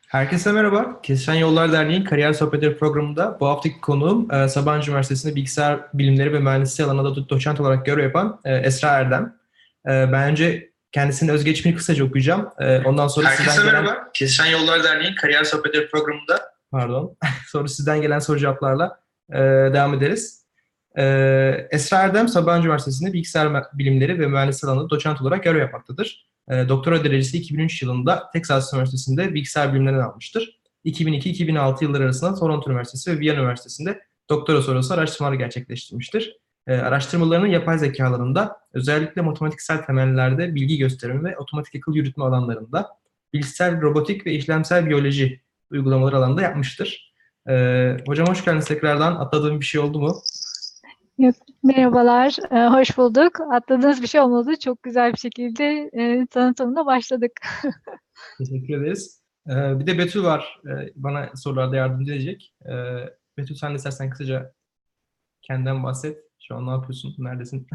Herkese merhaba. Kesişen Yollar Derneği'nin Kariyer Sohbetleri programında bu haftaki konuğum Sabancı Üniversitesi'nde bilgisayar bilimleri ve mühendisliği alanında doçent olarak görev yapan Esra Erdem. Ben önce kendisinin özgeçmişini kısaca okuyacağım. Ondan sonra Herkese sizden gelen merhaba. Kesişen Yollar Derneği Kariyer Sohbetleri programında pardon, sonra sizden gelen soru cevaplarla devam ederiz. Esra Erdem, Sabancı Üniversitesi'nde bilgisayar bilimleri ve mühendisliği alanında doçent olarak görev yapmaktadır. Doktora derecesi 2003 yılında Texas Üniversitesi'nde bilgisayar bilimlerinden almıştır. 2002-2006 yılları arasında Toronto Üniversitesi ve Viyana Üniversitesi'nde doktora sonrası araştırmalar gerçekleştirmiştir. Araştırmalarının yapay zekalarında, özellikle matematiksel temellerde bilgi gösterimi ve otomatik akıl yürütme alanlarında, bilgisayar robotik ve işlemsel biyoloji uygulamaları alanında yapmıştır. Hocam hoş geldiniz tekrardan. Atladığım bir şey oldu mu? Yok, merhabalar, hoş bulduk. Atladığınız bir şey olmadı. Çok güzel bir şekilde tanıtımına başladık. Teşekkür ederiz. Bir de Betül var. Bana sorularda yardımcı edecek. Betül sen de istersen kısaca kendinden bahset. Şu an ne yapıyorsun? Neredesin?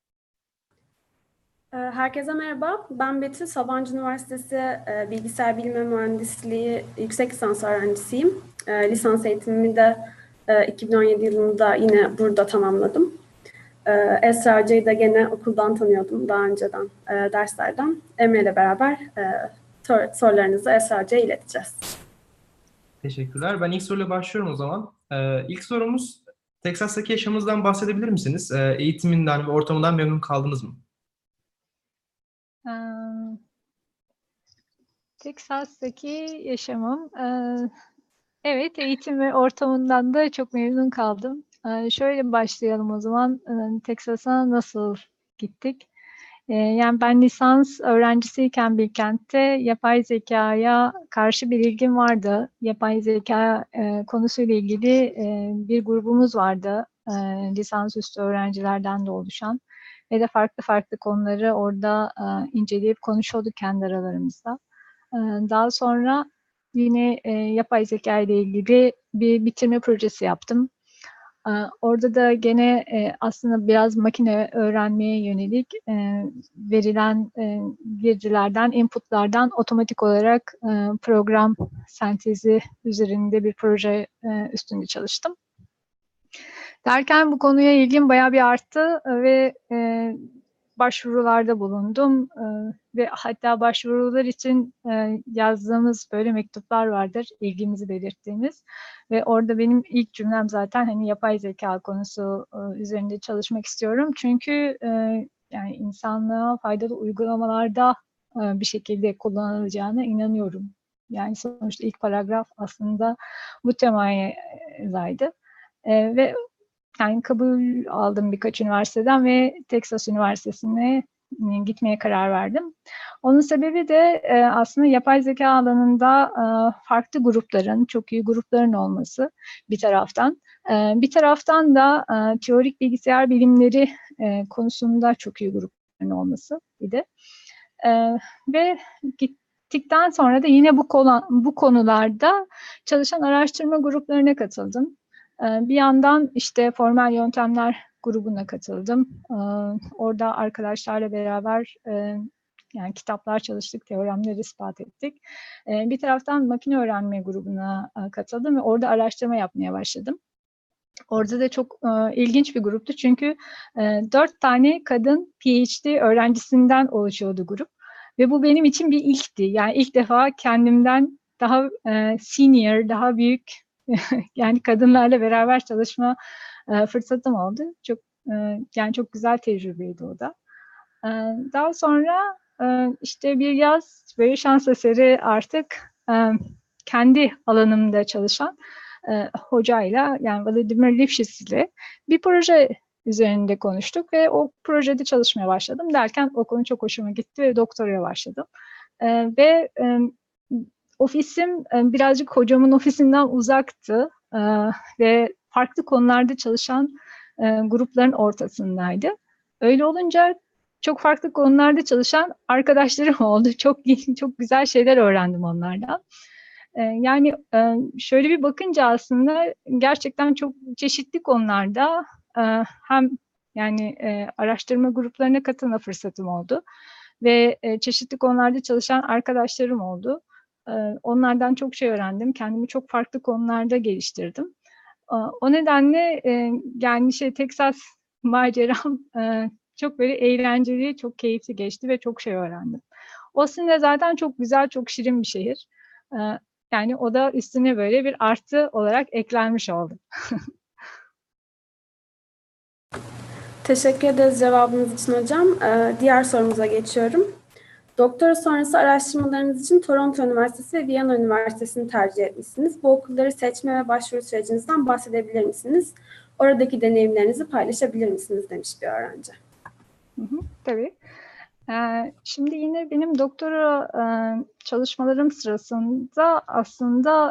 Herkese merhaba. Ben Betül, Sabancı Üniversitesi Bilgisayar Bilimi ve Mühendisliği yüksek lisans öğrencisiyim. Lisans eğitimimi de 2017 yılında yine burada tamamladım. Esra Hoca'yı da gene okuldan tanıyordum daha önceden derslerden. Emre ile beraber sorularınızı Esra Hoca'ya ileteceğiz. Teşekkürler. Ben ilk soruyla başlıyorum o zaman. İlk sorumuz, Teksas'taki yaşamınızdan bahsedebilir misiniz? Eğitiminden ve ortamından memnun kaldınız mı? Texas'taki yaşamım, evet, eğitim ve ortamından da çok memnun kaldım. Şöyle başlayalım o zaman. Texas'a nasıl gittik? Yani ben lisans öğrencisiyken Bilkent'te yapay zekaya karşı bir ilgim vardı. Yapay zeka konusuyla ilgili bir grubumuz vardı. Lisansüstü öğrencilerden de oluşan. Ve de farklı farklı konuları orada inceleyip konuşuyorduk kendi aralarımızda. Daha sonra yine yapay zeka ile ilgili bir bitirme projesi yaptım. Orada da gene aslında biraz makine öğrenmeye yönelik verilen girdilerden, inputlardan otomatik olarak program sentezi üzerinde bir proje üstünde çalıştım. Derken bu konuya ilgim bayağı bir arttı ve başvurularda bulundum ve hatta başvurular için yazdığımız böyle mektuplar vardır, ilgimizi belirttiğimiz ve orada benim ilk cümlem zaten hani yapay zeka konusu üzerinde çalışmak istiyorum çünkü yani insanlığa faydalı uygulamalarda bir şekilde kullanılacağına inanıyorum. Yani sonuçta ilk paragraf aslında bu temaya zaydı ve yani kabul aldım birkaç üniversiteden ve Texas Üniversitesi'ne gitmeye karar verdim. Onun sebebi de aslında yapay zeka alanında farklı grupların, çok iyi grupların olması bir taraftan. Bir taraftan da teorik bilgisayar bilimleri konusunda çok iyi grupların olması idi. Ve gittikten sonra da yine bu konularda çalışan araştırma gruplarına katıldım. Bir yandan işte formal yöntemler grubuna katıldım. Orada arkadaşlarla beraber yani kitaplar çalıştık, teoremleri ispat ettik. Bir taraftan makine öğrenme grubuna katıldım ve orada araştırma yapmaya başladım. Orada da çok ilginç bir gruptu çünkü 4 tane kadın PhD öğrencisinden oluşuyordu grup. Ve bu benim için bir ilkti. Yani ilk defa kendimden daha senior, daha büyük yani kadınlarla beraber çalışma fırsatım oldu. Çok yani çok güzel tecrübeydi o da. Daha sonra işte bir yaz böyle şans eseri artık kendi alanımda çalışan hocayla yani Vladimir Lifshitz ile bir proje üzerinde konuştuk ve o projede çalışmaya başladım. Derken o konu çok hoşuma gitti ve doktoraya başladım. Ve ofisim birazcık hocamın ofisinden uzaktı ve farklı konularda çalışan grupların ortasındaydı. Öyle olunca çok farklı konularda çalışan arkadaşlarım oldu. Çok güzel şeyler öğrendim onlardan. Yani şöyle bir bakınca aslında gerçekten çok çeşitli konularda hem yani araştırma gruplarına katılma fırsatım oldu ve çeşitli konularda çalışan arkadaşlarım oldu. Onlardan çok şey öğrendim. Kendimi çok farklı konularda geliştirdim. O nedenle yani Texas maceram çok böyle eğlenceli, çok keyifli geçti ve çok şey öğrendim. Austin de zaten çok güzel, çok şirin bir şehir. Yani o da üstüne böyle bir artı olarak eklenmiş oldu. Teşekkür ederiz cevabınız için hocam. Diğer sorumuza geçiyorum. Doktora sonrası araştırmalarınız için Toronto Üniversitesi ve Viyana Üniversitesi'ni tercih etmişsiniz. Bu okulları seçme ve başvuru sürecinizden bahsedebilir misiniz? Oradaki deneyimlerinizi paylaşabilir misiniz demiş bir öğrenci. Tabii. Şimdi yine benim doktora çalışmalarım sırasında aslında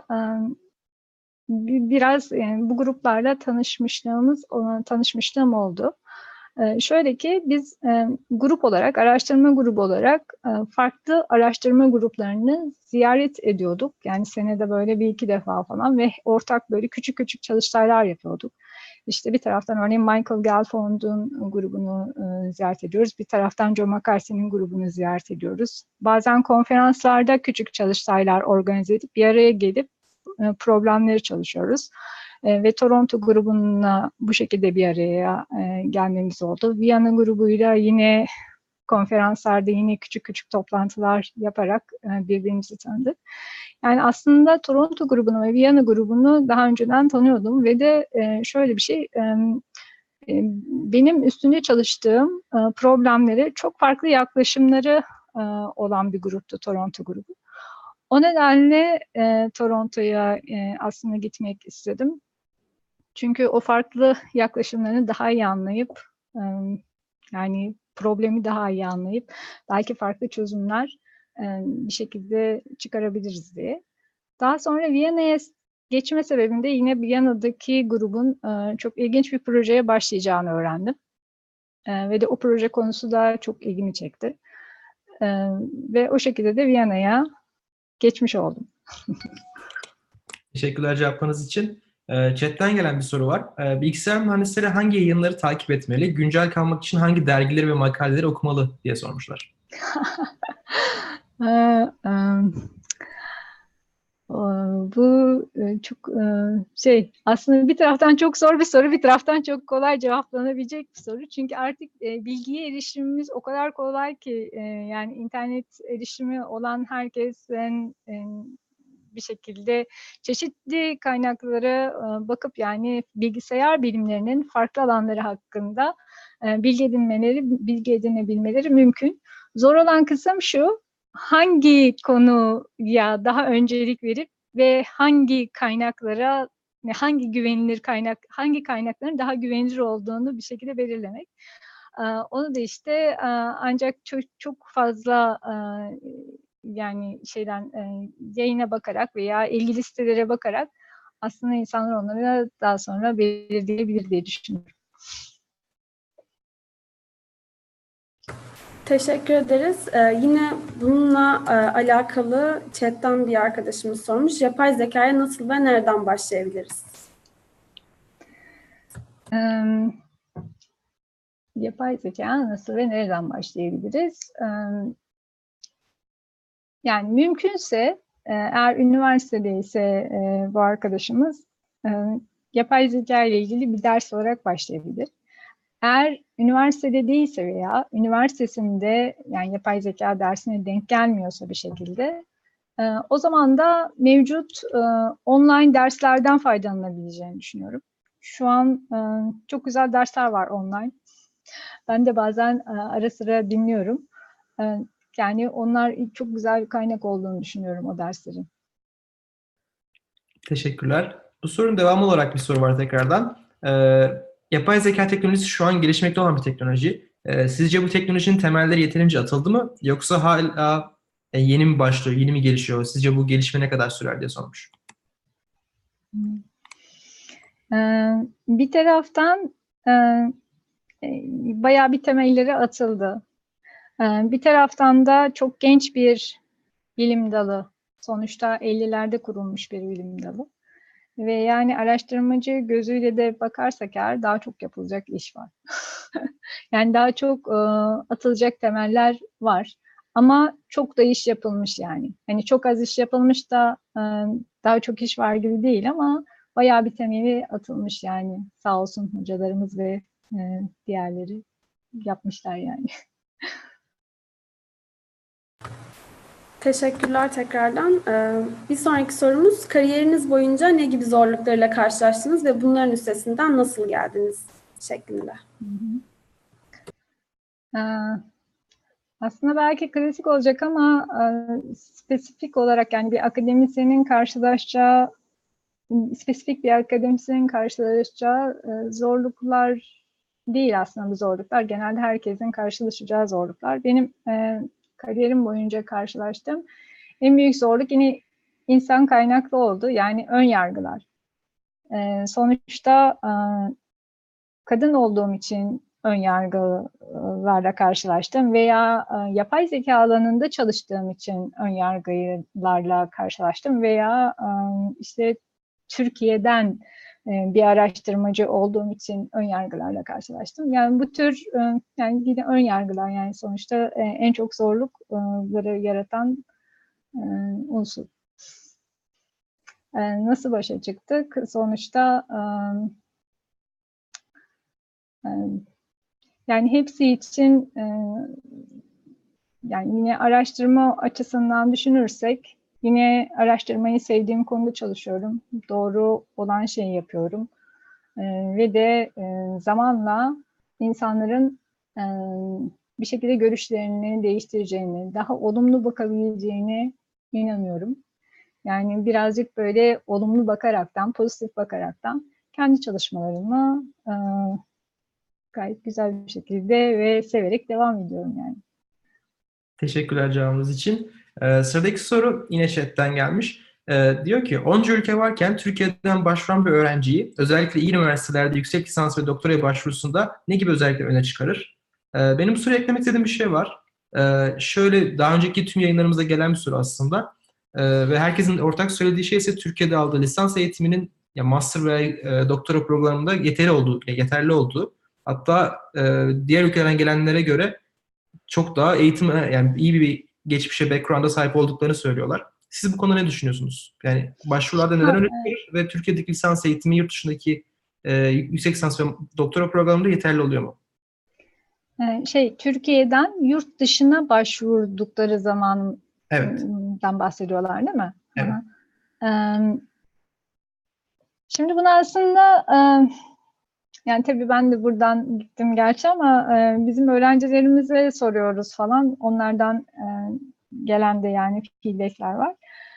biraz bu gruplarla tanışmışlığım oldu. Şöyle ki biz grup olarak, araştırma grubu olarak farklı araştırma gruplarını ziyaret ediyorduk. Yani senede böyle bir iki defa falan ve ortak böyle küçük küçük çalıştaylar yapıyorduk. İşte bir taraftan örneğin Michael Gelfond'un grubunu ziyaret ediyoruz. Bir taraftan Joe McCarthy'nin grubunu ziyaret ediyoruz. Bazen konferanslarda küçük çalıştaylar organize edip bir araya gelip problemleri çalışıyoruz. Ve Toronto grubuna bu şekilde bir araya gelmemiz oldu. Viyana grubuyla yine konferanslarda yine küçük küçük toplantılar yaparak birbirimizi tanıdık. Yani aslında Toronto grubunu ve Viyana grubunu daha önceden tanıyordum ve de şöyle bir şey, benim üstünde çalıştığım problemlere çok farklı yaklaşımları olan bir gruptu Toronto grubu. O nedenle Toronto'ya aslında gitmek istedim. Çünkü o farklı yaklaşımlarını daha iyi anlayıp, yani problemi daha iyi anlayıp belki farklı çözümler bir şekilde çıkarabiliriz diye. Daha sonra Viyana'ya geçme sebebinde yine Viyana'daki grubun çok ilginç bir projeye başlayacağını öğrendim. Ve de o proje konusu da çok ilgimi çekti. Ve o şekilde de Viyana'ya geçmiş oldum. Teşekkürler cevaplarınız için. Chat'ten gelen bir soru var. Bilgisayar mühendisleri hangi yayınları takip etmeli? Güncel kalmak için hangi dergileri ve makaleleri okumalı diye sormuşlar. Bu çok aslında bir taraftan çok zor bir soru, bir taraftan çok kolay cevaplanabilecek bir soru. Çünkü artık bilgiye erişimimiz o kadar kolay ki yani internet erişimi olan herkesin bir şekilde çeşitli kaynaklara bakıp yani bilgisayar bilimlerinin farklı alanları hakkında bilgi edinebilmeleri mümkün. Zor olan kısım şu: hangi konuya daha öncelik verip ve hangi kaynaklara, hangi güvenilir kaynak, hangi kaynakların daha güvenilir olduğunu bir şekilde belirlemek. Onu da işte ancak çok fazla yani yayına bakarak veya ilgili sitelere bakarak aslında insanlar onları daha sonra belirleyebilir diye düşünüyorum. Teşekkür ederiz. Yine bununla alakalı chatten bir arkadaşımız sormuş. Yapay zekaya nasıl ve nereden başlayabiliriz? Yapay zeka nasıl ve nereden başlayabiliriz? Yani mümkünse eğer üniversitedeyse bu arkadaşımız yapay zeka ile ilgili bir ders olarak başlayabilir. Eğer üniversitede değilse veya üniversitesinde yani yapay zeka dersine denk gelmiyorsa bir şekilde o zaman da mevcut online derslerden faydalanabileceğini düşünüyorum. Şu an çok güzel dersler var online. Ben de bazen ara sıra dinliyorum. Yani onlar çok güzel bir kaynak olduğunu düşünüyorum o derslerin. Teşekkürler. Bu sorunun devamı olarak bir soru var tekrardan. Yapay zeka teknolojisi şu an gelişmekte olan bir teknoloji. Sizce bu teknolojinin temelleri yeterince atıldı mı? Yoksa hala yeni mi başlıyor, yeni mi gelişiyor? Sizce bu gelişme ne kadar sürer diye sormuş. Bir taraftan bayağı bir temelleri atıldı. Bir taraftan da çok genç bir bilim dalı. Sonuçta 50'lerde kurulmuş bir bilim dalı. Ve yani araştırmacı gözüyle de bakarsak eğer daha çok yapılacak iş var. Yani daha çok atılacak temeller var. Ama çok da iş yapılmış yani. Hani çok az iş yapılmış da daha çok iş var gibi değil ama bayağı bir temeli atılmış yani. Sağ olsun hocalarımız ve diğerleri yapmışlar yani. Teşekkürler tekrardan. Bir sonraki sorumuz, kariyeriniz boyunca ne gibi zorluklarla karşılaştınız ve bunların üstesinden nasıl geldiniz şeklinde. Aslında belki klasik olacak ama spesifik olarak yani bir akademisyenin karşılaşacağı, spesifik bir akademisyenin karşılaşacağı zorluklar değil aslında bu zorluklar. Genelde herkesin karşılaşacağı zorluklar. Benim kariyerim boyunca karşılaştığım en büyük zorluk yine insan kaynaklı oldu. Yani ön yargılar. Sonuçta kadın olduğum için ön yargılarla karşılaştım veya yapay zeka alanında çalıştığım için ön yargılarla karşılaştım veya işte Türkiye'den bir araştırmacı olduğum için ön yargılarla karşılaştım. Yani bu tür yani yine ön yargılar yani sonuçta en çok zorlukları yaratan unsur. Nasıl başa çıktık? Sonuçta yani hepsi için yani yine araştırma açısından düşünürsek yine araştırmayı sevdiğim konuda çalışıyorum. Doğru olan şeyi yapıyorum. Ve de zamanla insanların bir şekilde görüşlerini değiştireceğini, daha olumlu bakabileceğine inanıyorum. Yani birazcık böyle olumlu bakaraktan, pozitif bakaraktan kendi çalışmalarımı gayet güzel bir şekilde ve severek devam ediyorum yani. Teşekkürler cevabınız için. Sıradaki soru yine chat'ten gelmiş. Diyor ki, onca ülke varken Türkiye'den başvuran bir öğrenciyi özellikle iyi üniversitelerde yüksek lisans ve doktoraya başvurusunda ne gibi özellikler öne çıkarır? Benim bu soruya eklemek istediğim bir şey var. Şöyle, daha önceki tüm yayınlarımızda gelen bir soru aslında. Ve herkesin ortak söylediği şey ise Türkiye'de aldığı lisans eğitiminin ya master ve doktora programında yeterli olduğu. Hatta diğer ülkelerden gelenlere göre çok daha yani iyi bir geçmişe, background'a sahip olduklarını söylüyorlar. Siz bu konuda ne düşünüyorsunuz? Yani başvurularda neler öne çıkar ve Türkiye'deki lisans eğitimi yurt dışındaki yüksek lisans ve doktora programında yeterli oluyor mu? Türkiye'den yurt dışına başvurdukları zamandan Evet. bahsediyorlar değil mi? Evet. Şimdi bunu aslında yani tabii ben de buradan gittim gerçi ama bizim öğrencilerimize soruyoruz falan. Onlardan gelen de yani feedbackler var.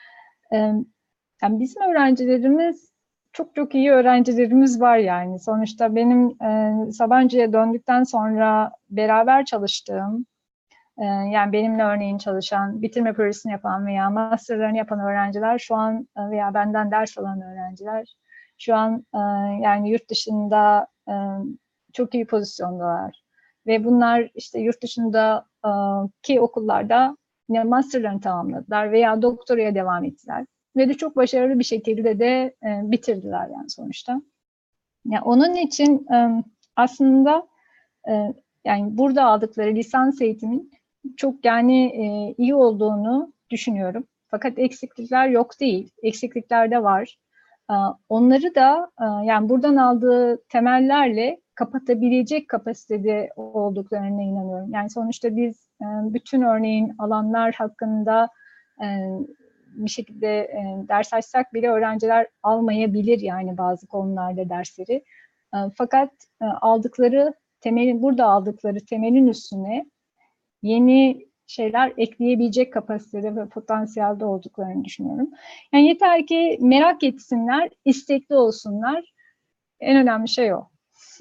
Yani bizim öğrencilerimiz çok çok iyi öğrencilerimiz var yani. Sonuçta benim Sabancı'ya döndükten sonra beraber çalıştığım, yani benimle örneğin çalışan, bitirme projesini yapan veya masterlarını yapan öğrenciler şu an veya benden ders alan öğrenciler şu an yani yurt dışında çok iyi pozisyondalar. Ve bunlar işte yurt dışındaki okullarda yine masterlarını tamamladılar veya doktoraya devam ettiler. Ve de çok başarılı bir şekilde de bitirdiler yani sonuçta. Yani onun için aslında yani burada aldıkları lisans eğitimin çok yani iyi olduğunu düşünüyorum. Fakat eksiklikler yok değil. Eksiklikler de var. Onları da yani buradan aldığı temellerle kapatabilecek kapasitede olduklarına inanıyorum. Yani sonuçta biz bütün örneğin alanlar hakkında bir şekilde ders açsak bile öğrenciler almayabilir yani bazı konularda dersleri. Fakat burada aldıkları temelin üstüne yeni şeyler ekleyebilecek kapasitede ve potansiyelde olduklarını düşünüyorum. Yani yeter ki merak etsinler, istekli olsunlar. En önemli şey o.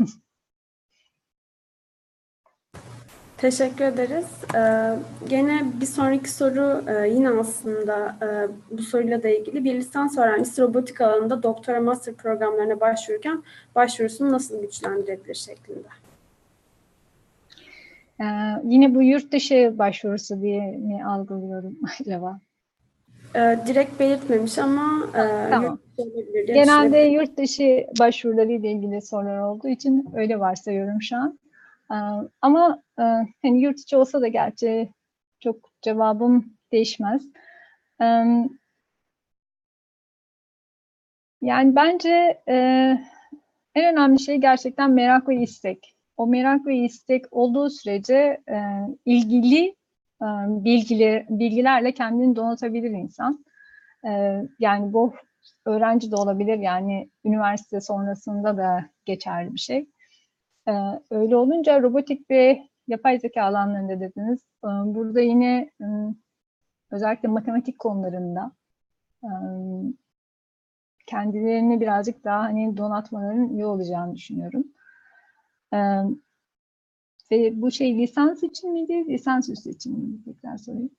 Teşekkür ederiz. Gene bir sonraki soru yine aslında bu soruyla da ilgili. Bir lisans öğrencisi robotik alanında doktora master programlarına başvururken başvurusunu nasıl güçlendirebilir şeklinde. Yine bu yurt dışı başvurusu diye mi algılıyorum acaba? Direkt belirtmemiş ama tamam. yurt dışı olabilir diye Genelde yurt dışı başvuruları ile ilgili sorular olduğu için öyle varsayıyorum şu an. Ama hani yurt içi olsa da gerçi çok cevabım değişmez. Yani bence en önemli şey gerçekten merak ve istek. O merak ve istek olduğu sürece ilgili bilgilerle kendini donatabilir insan. Yani bu öğrenci de olabilir, yani üniversite sonrasında da geçerli bir şey. Öyle olunca robotik ve yapay zeka alanlarında dediniz. Burada yine özellikle matematik konularında kendilerini birazcık daha hani donatmaların iyi olacağını düşünüyorum. Ve bu şey lisans için miydi, lisansüstü için miydi? Tekrar sorayım.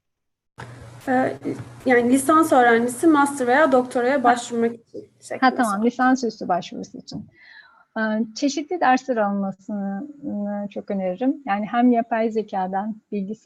Yani lisans öğrencisi master veya doktoraya başvurmak için şeklinde. Tamam, lisansüstü başvurusu için. Çeşitli dersler almasını çok öneririm. Yani hem yapay zekadan,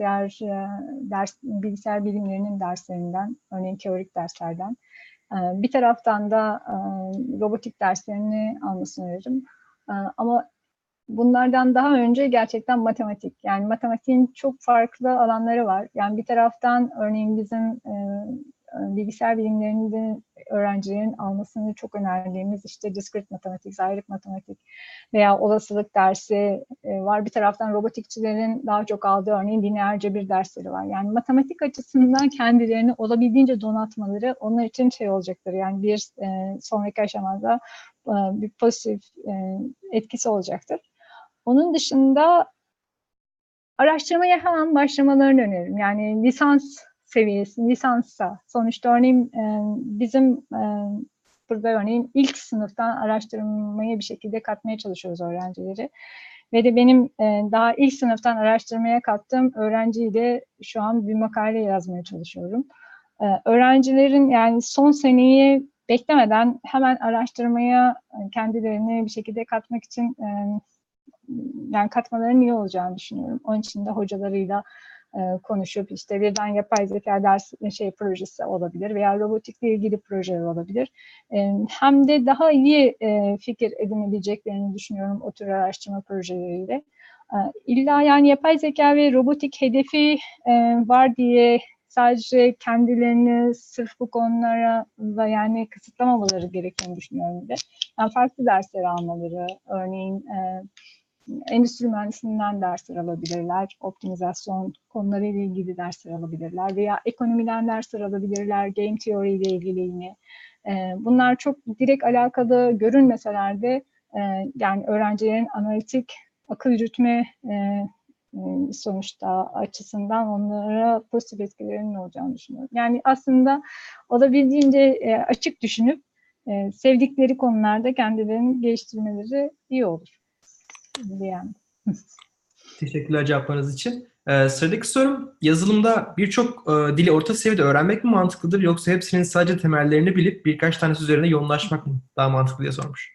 bilgisayar bilimlerinin derslerinden, örneğin teorik derslerden, bir taraftan da robotik derslerini almasını öneririm. Ama bunlardan daha önce gerçekten matematik. Yani matematiğin çok farklı alanları var. Yani bir taraftan örneğin bizim bilgisayar bilimlerinde öğrencilerin almasını çok önerdiğimiz işte discrete matematik, ayrık matematik veya olasılık dersi var. Bir taraftan robotikçilerin daha çok aldığı örneğin lineer cebir dersleri var. Yani matematik açısından kendilerini olabildiğince donatmaları onlar için şey olacaktır. Yani bir sonraki aşamada bir pozitif etkisi olacaktır. Onun dışında araştırmaya hemen başlamalarını öneririm. Yani lisans seviyesi, lisansa. Sonuçta örneğin bizim burada örneğin ilk sınıftan araştırmaya bir şekilde katmaya çalışıyoruz öğrencileri. Ve de benim daha ilk sınıftan araştırmaya kattığım öğrenciyle şu an bir makale yazmaya çalışıyorum. Öğrencilerin yani son seneyi beklemeden hemen araştırmaya kendilerini bir şekilde katmak için yani katmaların iyi olacağını düşünüyorum. Onun için de hocalarıyla konuşup işte birden yapay zeka projesi olabilir veya robotikle ilgili projeler olabilir. Hem de daha iyi fikir edinebileceklerini düşünüyorum o tür araştırma projeleriyle. İlla yani yapay zeka ve robotik hedefi var diye sadece kendilerini sırf bu konulara da yani kısıtlamamaları gerektiğini düşünüyorum bir de. Yani farklı dersler almaları, örneğin endüstri mühendisliğinden dersler alabilirler, optimizasyon konularıyla ilgili dersler alabilirler veya ekonomiden dersler alabilirler, game theory ile ilgili yine. Bunlar çok direkt alakalı görünmeseler de yani öğrencilerin analitik akıl yürütme sonuçta açısından onlara pozitif etkilerinin olacağını düşünüyorum. Yani aslında olabildiğince açık düşünüp sevdikleri konularda kendilerini geliştirmeleri iyi olur. Yani. Teşekkürler cevaplarınız için. Sıradaki sorum, yazılımda birçok dili orta seviyede öğrenmek mi mantıklıdır yoksa hepsinin sadece temellerini bilip birkaç tanesi üzerine yoğunlaşmak mı daha mantıklı diye sormuş.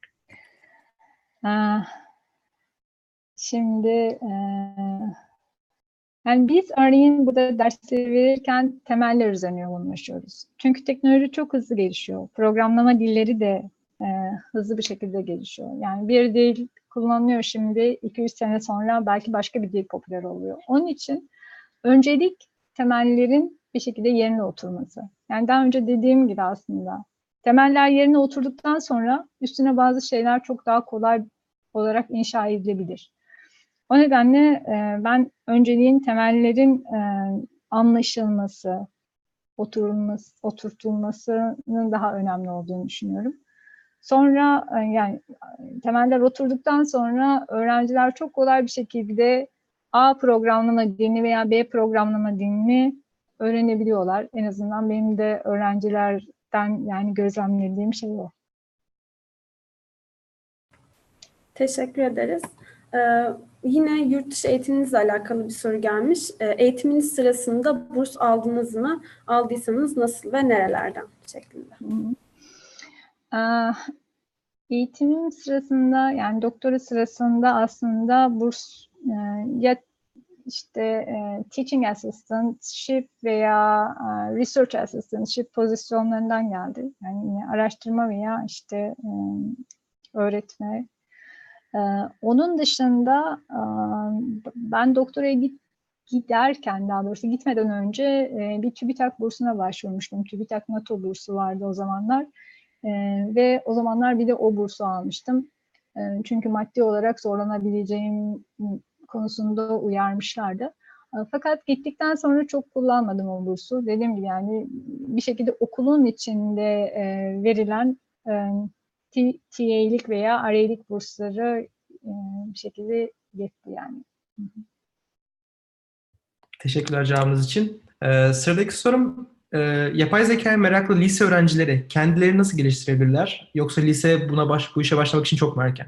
Şimdi yani biz örneğin burada dersleri verirken temeller üzerine yoğunlaşıyoruz. Çünkü teknoloji çok hızlı gelişiyor. Programlama dilleri de hızlı bir şekilde gelişiyor. Yani bir dil kullanılıyor şimdi, 2-3 sene sonra belki başka bir dil popüler oluyor. Onun için öncelik temellerin bir şekilde yerine oturması. Yani daha önce dediğim gibi aslında temeller yerine oturduktan sonra üstüne bazı şeyler çok daha kolay olarak inşa edilebilir. O nedenle ben önceliğin temellerin anlaşılması, oturtulmasının daha önemli olduğunu düşünüyorum. Sonra yani temeller oturduktan sonra öğrenciler çok kolay bir şekilde A programlama dilini veya B programlama dilini öğrenebiliyorlar. En azından benim de öğrencilerden yani gözlemlediğim şey o. Teşekkür ederiz. Yine yurt dışı eğitiminizle alakalı bir soru gelmiş. Eğitiminiz sırasında burs aldınız mı? Aldıysanız nasıl ve nerelerden şeklinde. Eğitimim sırasında yani doktora sırasında aslında burs ya işte teaching assistantship veya research assistantship pozisyonlarından geldi. Yani yine araştırma veya işte öğretme. Onun dışında ben doktoraya giderken, daha doğrusu gitmeden önce bir TÜBİTAK bursuna başvurmuştum. TÜBİTAK NATO bursu vardı o zamanlar. Ve o zamanlar bir de o bursu almıştım. Çünkü maddi olarak zorlanabileceğim konusunda uyarmışlardı. Fakat gittikten sonra çok kullanmadım o bursu. Dediğim gibi yani bir şekilde okulun içinde verilen TA'lik veya RA'lik bursları bir şekilde yetti yani. Teşekkürler cevabınız için. Sıradaki sorum, yapay zekaya meraklı lise öğrencileri kendilerini nasıl geliştirebilirler? Yoksa lise bu işe başlamak için çok mu erken?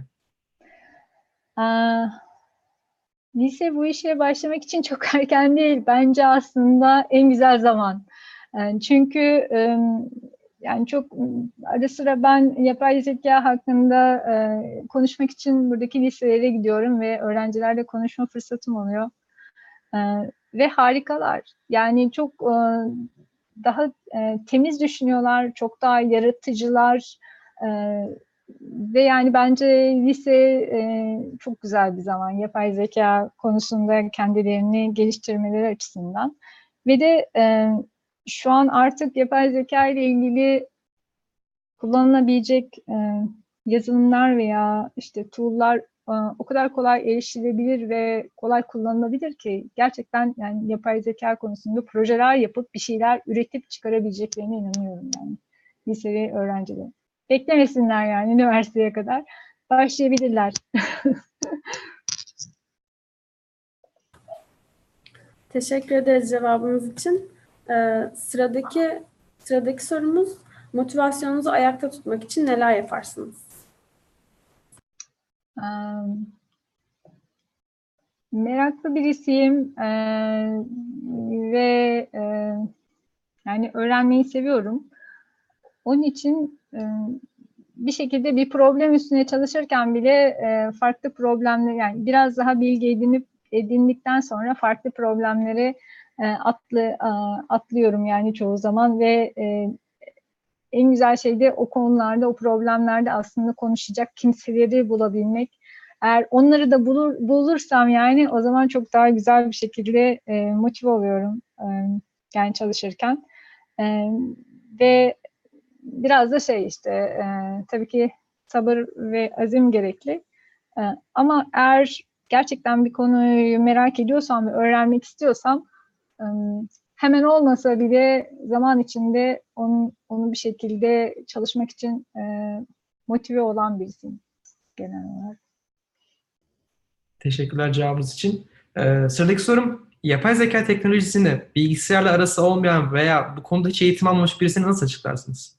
Lise bu işe başlamak için çok erken değil. Bence aslında en güzel zaman. Çünkü yani çok ara sıra ben yapay zeka hakkında konuşmak için buradaki liselere gidiyorum ve öğrencilerle konuşma fırsatım oluyor. Ve harikalar. Yani çok daha temiz düşünüyorlar, çok daha yaratıcılar. Ve yani bence lise çok güzel bir zaman yapay zeka konusunda kendilerini geliştirmeleri açısından. Ve de şu an artık yapay zeka ile ilgili kullanılabilecek yazılımlar veya işte tool'lar o kadar kolay erişilebilir ve kolay kullanılabilir ki gerçekten yani yapay zeka konusunda projeler yapıp bir şeyler üretip çıkarabileceklerine inanıyorum yani liseli öğrencilerin. Beklemesinler yani üniversiteye kadar başlayabilirler. Teşekkür ederiz cevabınız için. Sıradaki sorumuz, motivasyonunuzu ayakta tutmak için neler yaparsınız? Meraklı birisiyim ve yani öğrenmeyi seviyorum. Onun için bir şekilde bir problem üstüne çalışırken bile farklı problemler, yani biraz daha bilgi edindikten sonra farklı problemleri atlıyorum yani çoğu zaman ve en güzel şey de o konularda, o problemlerde aslında konuşacak kimseleri bulabilmek. Eğer onları da bulursam yani o zaman çok daha güzel bir şekilde motive oluyorum yani çalışırken. Ve biraz da şey işte tabii ki sabır ve azim gerekli. Ama eğer gerçekten bir konuyu merak ediyorsam ve öğrenmek istiyorsam hemen olmasa bile zaman içinde onu bir şekilde çalışmak için motive olan birisiyim genel olarak. Teşekkürler cevabınız için. Sıradaki sorum, yapay zeka teknolojisini bilgisayarla arası olmayan veya bu konuda hiç eğitim almamış birisini nasıl açıklarsınız?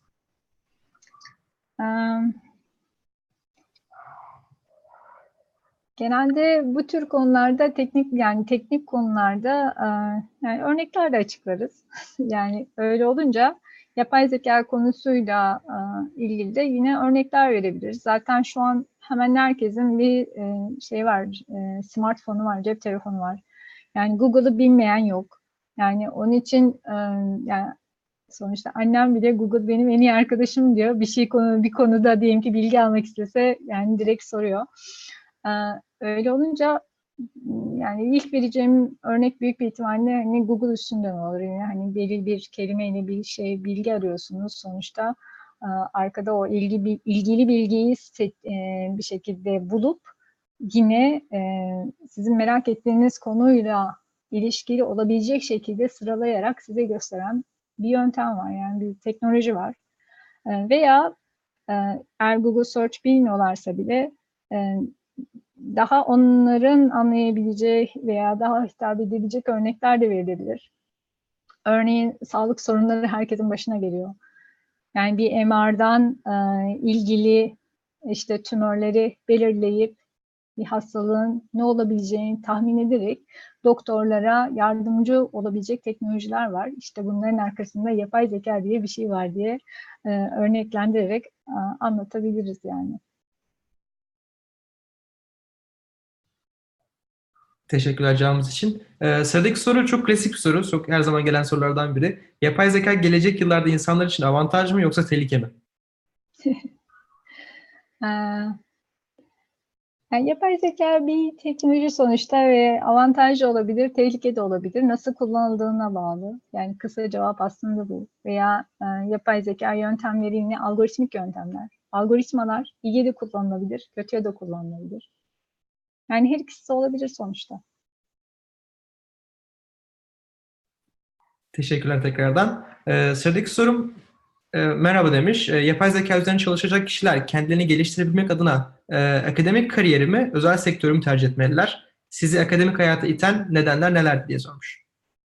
Genelde bu tür konularda teknik konularda yani örneklerle açıklarız. Yani öyle olunca yapay zeka konusuyla ilgili de yine örnekler verebiliriz. Zaten şu an hemen herkesin bir şey var, smartphone'u var, cep telefonu var. Yani Google'ı bilmeyen yok. Yani onun için yani sonuçta annem bile Google benim en iyi arkadaşım diyor. Bir konuda diyelim ki bilgi almak istese yani direkt soruyor. Öyle olunca yani ilk vereceğim örnek büyük bir ihtimalle hani Google üstünden olur. Yani hani belirli bir kelimeyle bilgi arıyorsunuz sonuçta arkada o ilgili bilgiyi bir şekilde bulup yine sizin merak ettiğiniz konuyla ilişkili olabilecek şekilde sıralayarak size gösteren bir yöntem var. Yani bir teknoloji var. Veya eğer Google Search bilmiyorlarsa bile daha onların anlayabileceği veya daha hitap edebilecek örnekler de verilebilir. Örneğin sağlık sorunları herkesin başına geliyor. Yani bir MR'dan ilgili işte tümörleri belirleyip bir hastalığın ne olabileceğini tahmin ederek doktorlara yardımcı olabilecek teknolojiler var. İşte bunların arkasında yapay zeka diye bir şey var diye örneklendirerek anlatabiliriz yani. Teşekkürler cevabınız için. Sıradaki soru çok klasik bir soru. Çok her zaman gelen sorulardan biri. Yapay zeka gelecek yıllarda insanlar için avantaj mı yoksa tehlike mi? Yani yapay zeka bir teknoloji sonuçta ve avantajlı olabilir, tehlike de olabilir. Nasıl kullanıldığına bağlı. Yani kısa cevap aslında bu. Veya yapay zeka yöntemleri yine algoritmik yöntemler. Algoritmalar iyiye de kullanılabilir, kötüye de kullanılabilir. Yani her ikisi de olabilir sonuçta. Teşekkürler tekrardan. Sıradaki sorum merhaba demiş. Yapay zeka üzerine çalışacak kişiler kendilerini geliştirebilmek adına akademik kariyeri mi, özel sektörü mü tercih etmeliler? Sizi akademik hayata iten nedenler neler diye sormuş.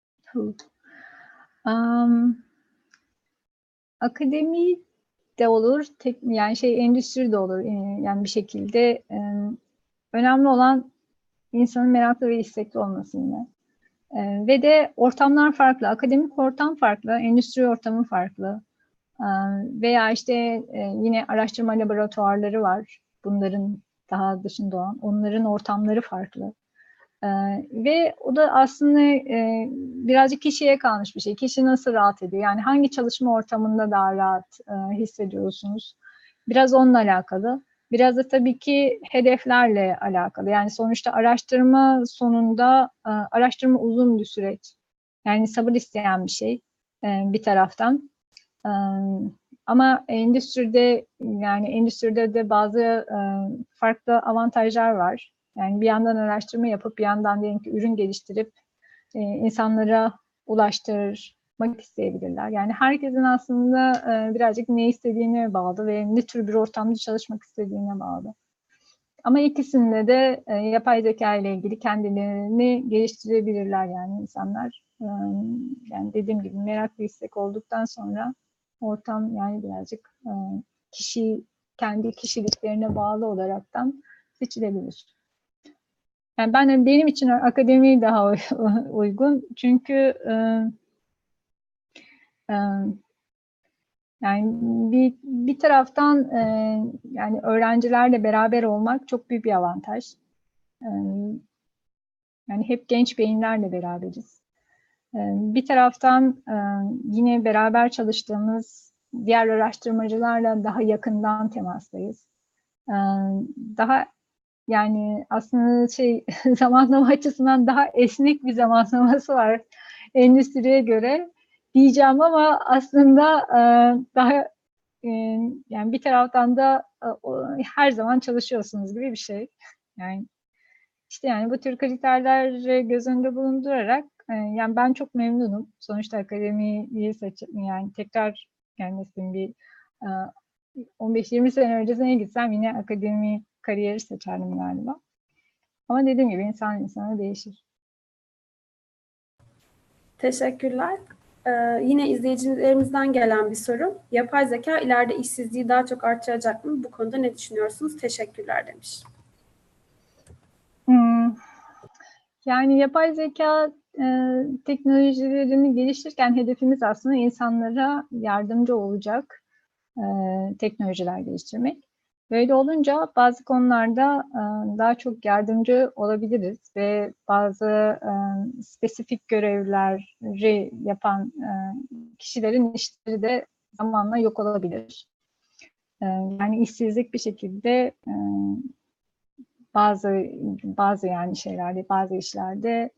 Akademi de olur, yani endüstri de olur. Yani bir şekilde önemli olan insanın meraklı ve istekli olması yine. Ve de ortamlar farklı. Akademik ortam farklı, endüstri ortamı farklı. Veya yine araştırma laboratuvarları var. Bunların daha dışında olan. Onların ortamları farklı. Ve o da aslında birazcık kişiye kalmış bir şey. Kişi nasıl rahat ediyor? Yani hangi çalışma ortamında daha rahat hissediyorsunuz? Biraz onunla alakalı. Biraz da tabii ki hedeflerle alakalı. Yani sonuçta araştırma sonunda araştırma uzun bir süreç. Yani sabır isteyen bir şey bir taraftan. Ama endüstride de bazı farklı avantajlar var. Yani bir yandan araştırma yapıp bir yandan diyelim ki ürün geliştirip insanlara ulaştırmak isteyebilirler. Yani herkesin aslında birazcık ne istediğine bağlı ve ne tür bir ortamda çalışmak istediğine bağlı. Ama ikisinde de yapay zeka ile ilgili kendilerini geliştirebilirler yani insanlar. Yani dediğim gibi merak ve istek olduktan sonra ortam yani birazcık kendi kişiliklerine bağlı olaraktan seçilebilir. Yani benim için akademi daha uygun. Çünkü yani bir taraftan yani öğrencilerle beraber olmak çok büyük bir avantaj. Yani hep genç beyinlerle beraberiz. Bir taraftan yine beraber çalıştığımız diğer araştırmacılarla daha yakından temastayız. Daha yani aslında zamanlama açısından daha esnek bir zamanlaması var endüstriye göre diyeceğim ama aslında daha yani bir taraftan da her zaman çalışıyorsunuz gibi bir şey. Yani yani bu tür kriterleri göz önünde bulundurarak yani ben çok memnunum. Sonuçta akademiyi yani tekrar yani bir 15-20 sene öncesine gitsem yine akademi kariyeri seçerdim galiba. Ama dediğim gibi insan insana değişir. Teşekkürler. Yine izleyicilerimizden gelen bir soru. Yapay zeka ileride işsizliği daha çok artıracak mı? Bu konuda ne düşünüyorsunuz? Teşekkürler demiş. Yani yapay zeka teknolojilerini geliştirirken hedefimiz aslında insanlara yardımcı olacak teknolojiler geliştirmek. Böyle olunca bazı konularda daha çok yardımcı olabiliriz ve bazı spesifik görevleri yapan kişilerin işleri de zamanla yok olabilir. Yani işsizlik bir şekilde bazı yani bazı işlerde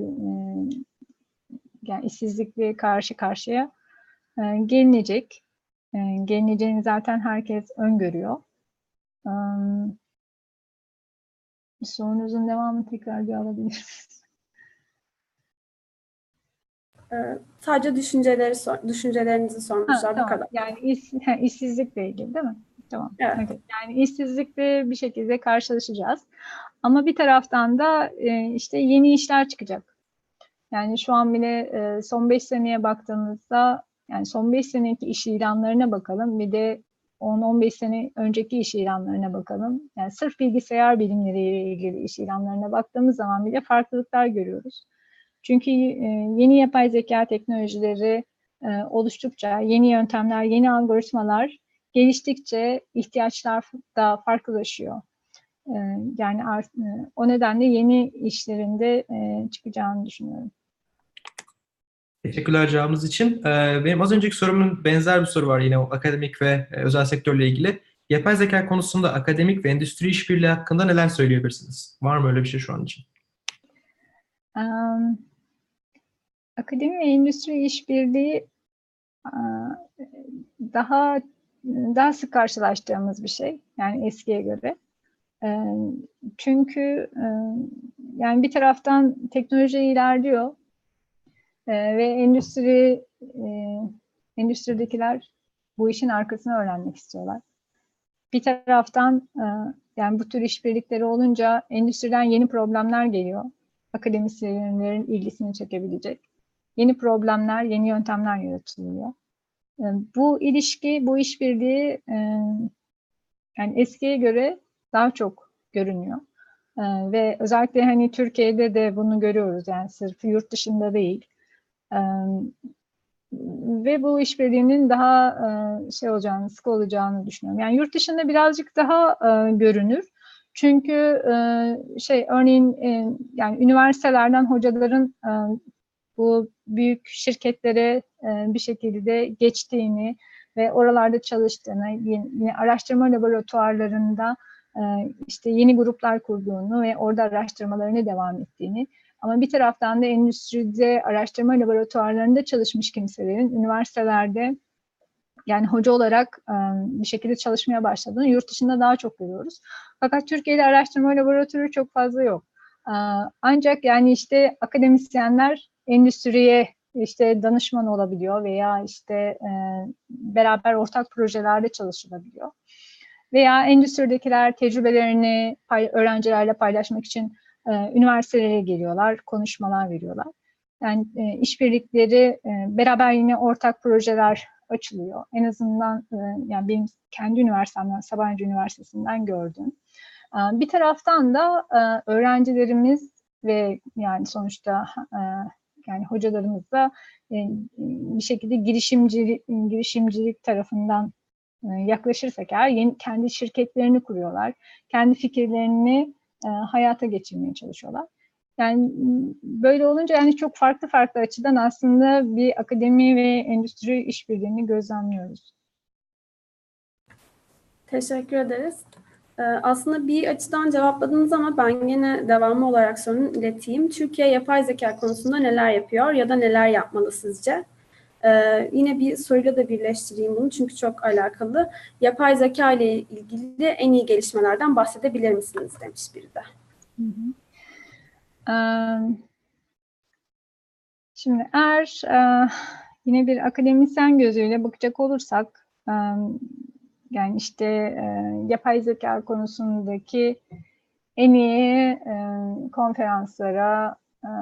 yani işsizlikle karşı karşıya gelinecek. Gelineceğini zaten herkes öngörüyor. Sorunuzun devamını tekrar bir alabilir miyiz? Sadece düşüncelerinizi sormuşlar. Tamam. Bu kadar. Yani işsizlikle ilgili değil mi? Tamam. Evet. Okay. Yani işsizlikle bir şekilde karşılaşacağız. Ama bir taraftan da yeni işler çıkacak. Yani şu an bile son 5 seneye baktığımızda yani son 5 seneki iş ilanlarına bakalım. Bir de 10-15 sene önceki iş ilanlarına bakalım. Yani sırf bilgisayar bilimleriyle ilgili iş ilanlarına baktığımız zaman bile farklılıklar görüyoruz. Çünkü yeni yapay zeka teknolojileri oluştukça, yeni yöntemler, yeni algoritmalar geliştikçe ihtiyaçlar da farklılaşıyor. Yani o nedenle yeni işlerinde çıkacağını düşünüyorum. Teşekkürler cevabınız için. Benim az önceki sorumun benzer bir soru var yine o akademik ve özel sektörle ilgili. Yapay zeka konusunda akademik ve endüstri işbirliği hakkında neler söyleyebilirsiniz? Var mı öyle bir şey şu an için? Akademi ve endüstri işbirliği daha sık karşılaştığımız bir şey. Yani eskiye göre. Çünkü yani bir taraftan teknoloji ilerliyor ve endüstridekiler bu işin arkasını öğrenmek istiyorlar. Bir taraftan yani bu tür işbirlikleri olunca endüstriden yeni problemler geliyor. Akademisyenlerin ilgisini çekebilecek. Yeni problemler, yeni yöntemler yaratılıyor. Bu ilişki, bu işbirliği yani eskiye göre daha çok görünüyor. Ve özellikle hani Türkiye'de de bunu görüyoruz. Yani sırf yurt dışında değil. Ve bu işbirliğinin daha olacağını, sık olacağını düşünüyorum. Yani yurt dışında birazcık daha görünür. Çünkü örneğin yani üniversitelerden hocaların bu büyük şirketlere bir şekilde geçtiğini ve oralarda çalıştığını, yine araştırma laboratuvarlarında işte yeni gruplar kurduğunu ve orada araştırmalarına devam ettiğini, ama bir taraftan da endüstride araştırma laboratuvarlarında çalışmış kimselerin üniversitelerde yani hoca olarak bir şekilde çalışmaya başladığını yurt dışında daha çok görüyoruz. Fakat Türkiye'de araştırma laboratuvarı çok fazla yok. Ancak yani işte akademisyenler endüstriye işte danışman olabiliyor veya işte beraber ortak projelerde çalışılabiliyor. Veya endüstridekiler tecrübelerini öğrencilerle paylaşmak için üniversitelere geliyorlar, konuşmalar veriyorlar. Yani işbirlikleri beraber yine ortak projeler açılıyor. En azından yani benim kendi üniversitemden, Sabancı Üniversitesi'nden gördüm. Bir taraftan da öğrencilerimiz ve yani sonuçta yani hocalarımız da bir şekilde girişimcilik tarafından yaklaşırsak eğer kendi şirketlerini kuruyorlar. Kendi fikirlerini hayata geçirmeye çalışıyorlar. Yani böyle olunca yani çok farklı açıdan aslında bir akademi ve endüstri işbirliğini gözlemliyoruz. Teşekkür ederiz. Aslında bir açıdan cevapladınız ama ben yine devamı olarak sorunu ileteyim. Türkiye yapay zeka konusunda neler yapıyor ya da neler yapmalı sizce? Yine bir soruyla da birleştireyim bunu çünkü çok alakalı. Yapay zeka ile ilgili en iyi gelişmelerden bahsedebilir misiniz demiş biri de. Şimdi eğer yine bir akademisyen gözüyle bakacak olursak yani işte yapay zeka konusundaki en iyi konferanslara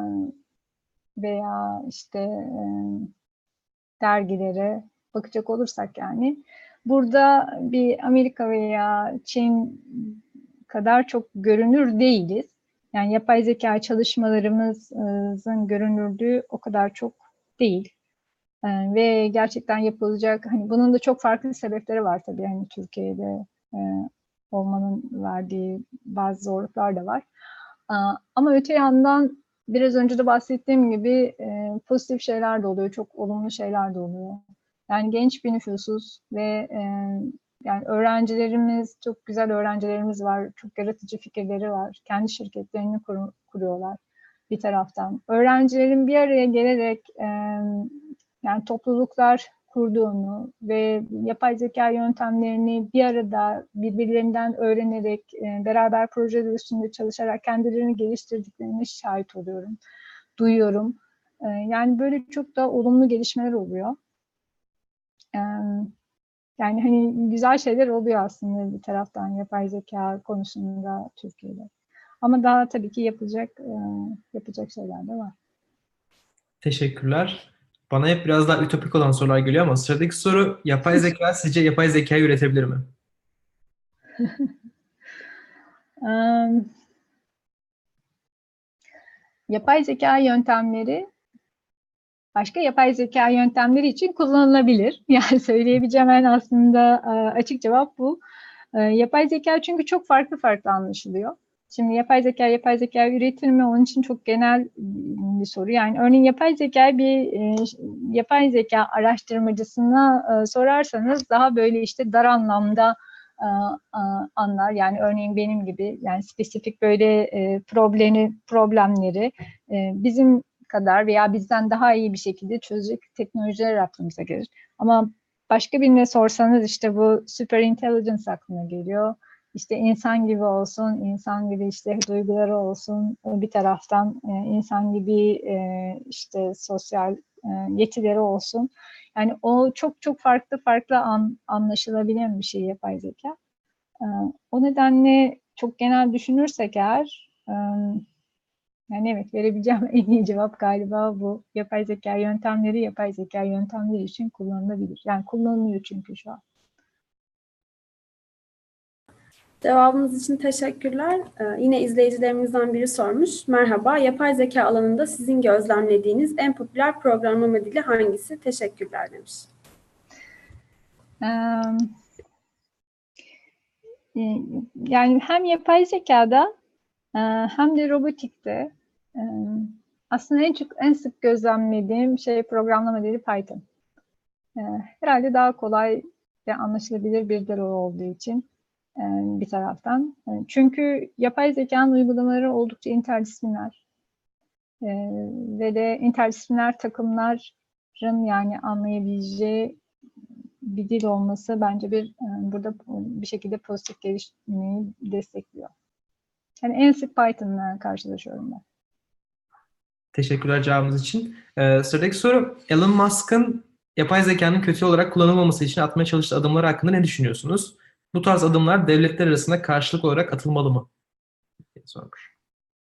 veya işte dergilere bakacak olursak yani burada bir Amerika veya Çin kadar çok görünür değiliz. Yani yapay zeka çalışmalarımızın görünürlüğü o kadar çok değil. Ve gerçekten yapılacak, hani bunun da çok farklı sebepleri var tabii. Hani Türkiye'de olmanın verdiği bazı zorluklar da var. Ama öte yandan biraz önce de bahsettiğim gibi pozitif şeyler de oluyor, çok olumlu şeyler de oluyor. Yani genç bir nüfusuz ve yani öğrencilerimiz, çok güzel öğrencilerimiz var, çok yaratıcı fikirleri var, kendi şirketlerini kuruyorlar bir taraftan. Öğrencilerin bir araya gelerek yani topluluklar kurduğunu ve yapay zeka yöntemlerini bir arada birbirlerinden öğrenerek beraber projeler üstünde çalışarak kendilerini geliştirdiklerine şahit oluyorum, duyuyorum. Yani böyle çok da olumlu gelişmeler oluyor. Yani hani güzel şeyler oluyor aslında bir taraftan yapay zeka konusunda Türkiye'de. Ama daha tabii ki yapacak şeyler de var. Teşekkürler. Bana hep biraz daha ütopik olan sorular geliyor ama sıradaki soru, yapay zeka sizce yapay zekayı üretebilir mi? Yapay zeka yöntemleri başka yapay zeka yöntemleri için kullanılabilir. Yani söyleyebileceğim en aslında açık cevap bu. Yapay zeka çünkü çok farklı anlaşılıyor. Şimdi yapay zeka üretir mi? Onun için çok genel bir soru. Yani örneğin yapay zeka araştırmacısına sorarsanız daha böyle işte dar anlamda anlar. Yani örneğin benim gibi yani spesifik böyle problemleri bizim kadar veya bizden daha iyi bir şekilde çözecek teknolojiler aklımıza gelir. Ama başka birine sorsanız işte bu super intelligence aklına geliyor. İşte insan gibi olsun, insan gibi işte duyguları olsun, bir taraftan insan gibi işte sosyal yetileri olsun. Yani o çok çok farklı anlaşılabilen bir şey yapay zeka. O nedenle çok genel düşünürsek eğer, yani evet verebileceğim en iyi cevap galiba bu. Yapay zeka yöntemleri için kullanılabilir. Yani kullanılıyor çünkü şu an. Cevabınız için teşekkürler. Yine izleyicilerimizden biri sormuş. Merhaba, yapay zeka alanında sizin gözlemlediğiniz en popüler programlama dili hangisi? Teşekkürler demiş. Yani hem yapay zekada hem de robotikte aslında en sık gözlemlediğim programlama dili Python. Herhalde daha kolay ve anlaşılabilir bir dil olduğu için bir taraftan. Çünkü yapay zekanın uygulamaları oldukça interdisipliner. Ve de interdisipliner takımların yani anlayabileceği bir dil olması bence burada bir şekilde pozitif gelişmeyi destekliyor. Yani en sık Python'la karşılaşıyorum ben. Teşekkürler cevabınız için. Sıradaki soru, Elon Musk'ın yapay zekanın kötü olarak kullanılmaması için atmaya çalıştığı adımlar hakkında ne düşünüyorsunuz? Bu tarz adımlar devletler arasında karşılık olarak atılmalı mı? diye sormuş.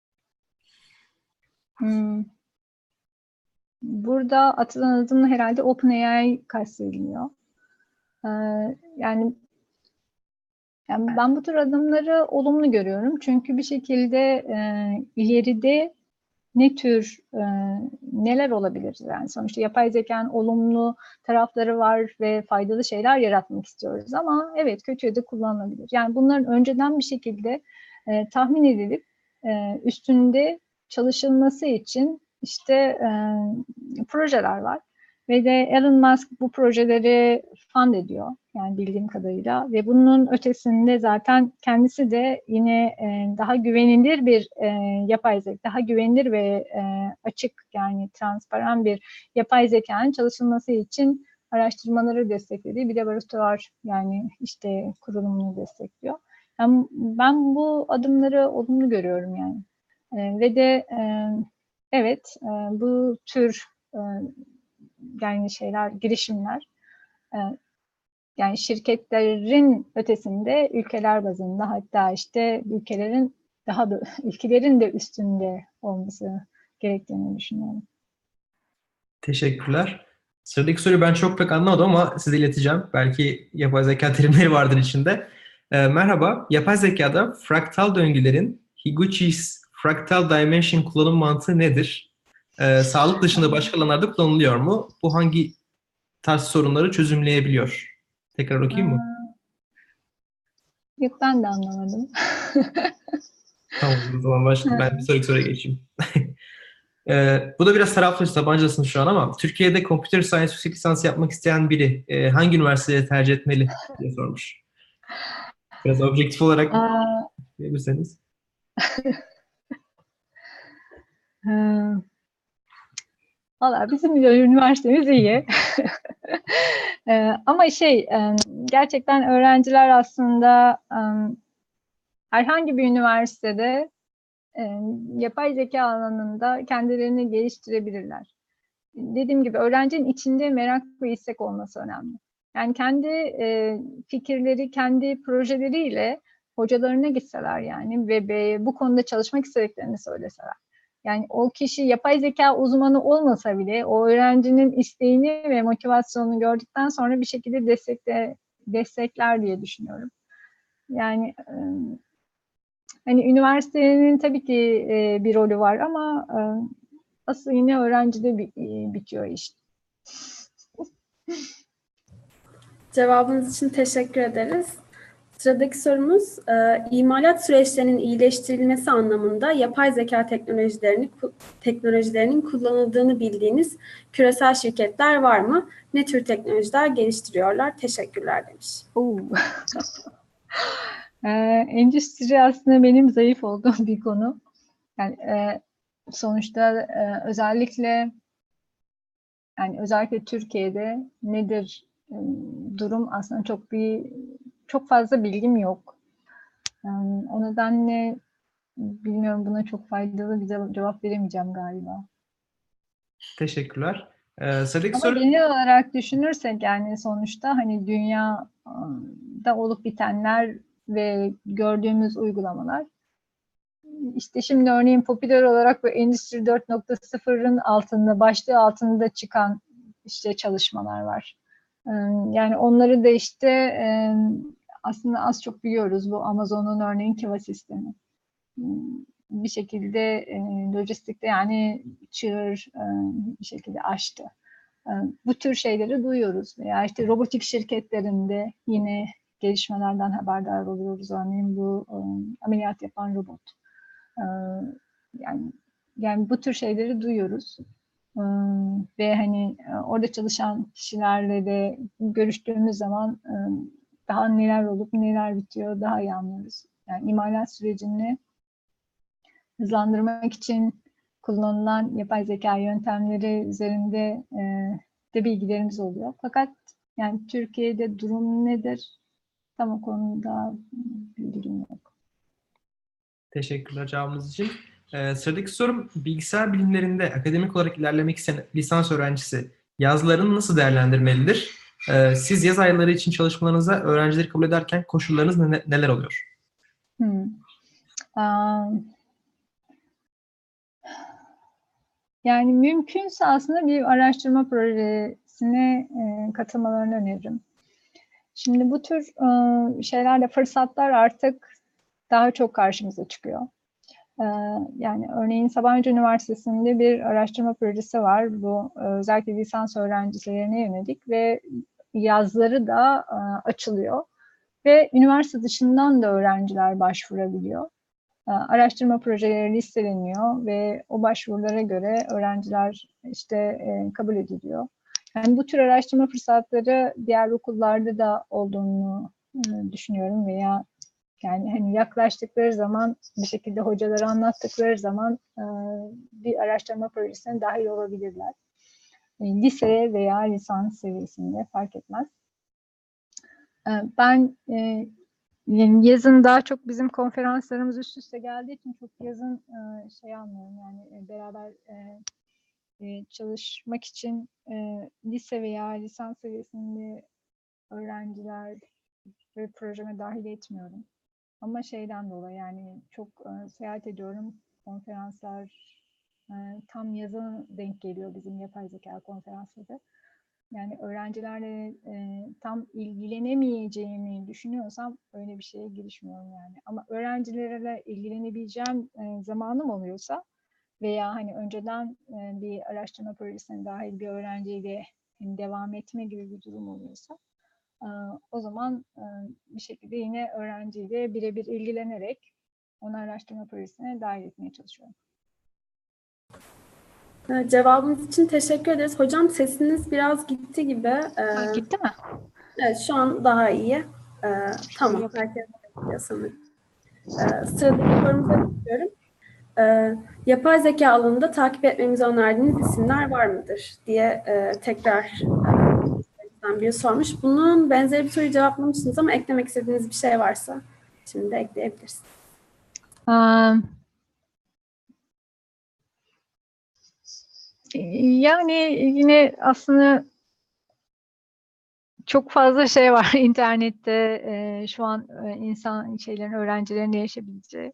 Burada atılan adımla herhalde OpenAI kastediliyor. Yani ben bu tür adımları olumlu görüyorum. Çünkü bir şekilde ileride ne tür neler olabilir? Yani sonuçta yapay zekanın olumlu tarafları var ve faydalı şeyler yaratmak istiyoruz. Ama evet kötüye de kullanılabilir. Yani bunların önceden bir şekilde tahmin edilip üstünde çalışılması için işte projeler var. Ve de Elon Musk bu projeleri fund ediyor. Yani bildiğim kadarıyla. Ve bunun ötesinde zaten kendisi de yine daha güvenilir bir yapay zeka, daha güvenilir ve açık yani transparan bir yapay zekanın çalışılması için araştırmaları desteklediği bir laboratuvar yani işte kurulumunu destekliyor. Yani ben bu adımları olumlu görüyorum yani. Ve de evet bu tür yani girişimler yani şirketlerin ötesinde ülkeler bazında hatta işte ülkelerin de üstünde olması gerektiğini düşünüyorum. Teşekkürler. Sıradaki soruyu ben çok pek anlamadım ama size ileteceğim. Belki yapay zeka terimleri vardır içinde. Merhaba, yapay zekada fraktal döngülerin Higuchi's Fractal Dimension kullanım mantığı nedir? Sağlık dışında başka alanlarda kullanılıyor mu? Bu hangi tarz sorunları çözümleyebiliyor? Tekrar okuyayım mı? Yok ben de anlamadım. Tamam, o zaman ben bir sonraki soruya geçeyim. Bu da biraz taraflı, Sabancı'dasınız şu an ama Türkiye'de Computer Science yüksek lisansı yapmak isteyen biri hangi üniversiteyi tercih etmeli diye sormuş. Biraz objektif olarak diyebilirseniz. Valla bizim üniversitemiz iyi. Ama gerçekten öğrenciler aslında herhangi bir üniversitede yapay zeka alanında kendilerini geliştirebilirler. Dediğim gibi öğrencinin içinde merak ve istek olması önemli. Yani kendi fikirleri, kendi projeleriyle hocalarına gitseler yani ve bu konuda çalışmak istediklerini söyleseler. Yani o kişi yapay zeka uzmanı olmasa bile o öğrencinin isteğini ve motivasyonunu gördükten sonra bir şekilde destekler diye düşünüyorum. Yani hani üniversitenin tabii ki bir rolü var ama asıl yine öğrencide bitiyor iş. Cevabınız için teşekkür ederiz. Sıradaki sorumuz, imalat süreçlerinin iyileştirilmesi anlamında yapay zeka teknolojilerinin kullanıldığını bildiğiniz küresel şirketler var mı? Ne tür teknolojiler geliştiriyorlar? Teşekkürler demiş. Endüstri aslında benim zayıf olduğum bir konu. Yani sonuçta özellikle Türkiye'de nedir durum, aslında çok fazla bilgim yok. O nedenle bilmiyorum, buna çok faydalı bir cevap veremeyeceğim galiba. Teşekkürler. Sıradaki Ama soru. genel olarak düşünürsek, yani sonuçta hani dünyada olup bitenler ve gördüğümüz uygulamalar, işte şimdi örneğin popüler olarak bu Endüstri 4.0'ın başlığı altında çıkan işte çalışmalar var. Yani onları da işte aslında az çok biliyoruz. Bu Amazon'un örneğin Kiva sistemi. Bir şekilde lojistikte yani çığır bir şekilde aştı. Bu tür şeyleri duyuyoruz. Veya işte robotik şirketlerinde yine gelişmelerden haberdar oluyoruz. Örneğin bu ameliyat yapan robot. Yani bu tür şeyleri duyuyoruz. Ve hani orada çalışan kişilerle de görüştüğümüz zaman daha neler olup neler bitiyor daha iyi anlıyoruz. Yani imalat sürecini hızlandırmak için kullanılan yapay zeka yöntemleri üzerinde de bilgilerimiz oluyor. Fakat yani Türkiye'de durum nedir? Tam o konuda bilgim yok. Teşekkürler cevabınız için. Sıradaki sorum, bilgisayar bilimlerinde akademik olarak ilerlemek isteyen lisans öğrencisi yazlarını nasıl değerlendirmelidir? Siz yaz ayları için çalışmalarınıza öğrencileri kabul ederken koşullarınız neler oluyor? Yani mümkünse aslında bir araştırma projesine katılmalarını öneririm. Şimdi bu tür şeylerle fırsatlar artık daha çok karşımıza çıkıyor. Yani örneğin Sabancı Üniversitesi'nde bir araştırma projesi var. Bu özellikle lisans öğrencilerine yönelik ve yazları da açılıyor. Ve üniversite dışından da öğrenciler başvurabiliyor. Araştırma projeleri listeleniyor ve o başvurulara göre öğrenciler işte kabul ediliyor. Yani bu tür araştırma fırsatları diğer okullarda da olduğunu düşünüyorum veya yani hani yaklaştıkları zaman bir şekilde hocalara anlattıkları zaman bir araştırma projesine dahil olabilirler. Lise veya lisans seviyesinde fark etmez. Ben yani yazın daha çok bizim konferanslarımız üst üste geldiği için çok yazın anlıyorum, yani beraber çalışmak için lise veya lisans seviyesinde öğrenciler ve projeme dahil etmiyorum. Ama şeyden dolayı yani çok seyahat ediyorum, konferanslar tam yazın denk geliyor bizim yapay zeka konferansları. Yani öğrencilerle tam ilgilenemeyeceğimi düşünüyorsam öyle bir şeye girişmiyorum yani. Ama öğrencilerle ilgilenebileceğim zamanım oluyorsa veya hani önceden bir araştırma projesine dahil bir öğrenciyle devam etme gibi bir durum oluyorsa o zaman bir şekilde yine öğrenciyle birebir ilgilenerek onu araştırma projesine dahil etmeye çalışıyorum. Cevabınız için teşekkür ederiz. Hocam sesiniz biraz gitti gibi. Gitti mi? Evet, şu an daha iyi. Tamam, herkes bekliyor sanırım. Sıradaki sorumuza geçiyorum. Yapay zeka alanında takip etmemizi önerdiğiniz isimler var mıdır diye tekrar biri sormuş. Bunun benzeri bir soruyu cevaplamışsınız ama eklemek istediğiniz bir şey varsa şimdi de ekleyebilirsiniz. Yani yine aslında çok fazla şey var internette şu an öğrencilerin erişebileceği.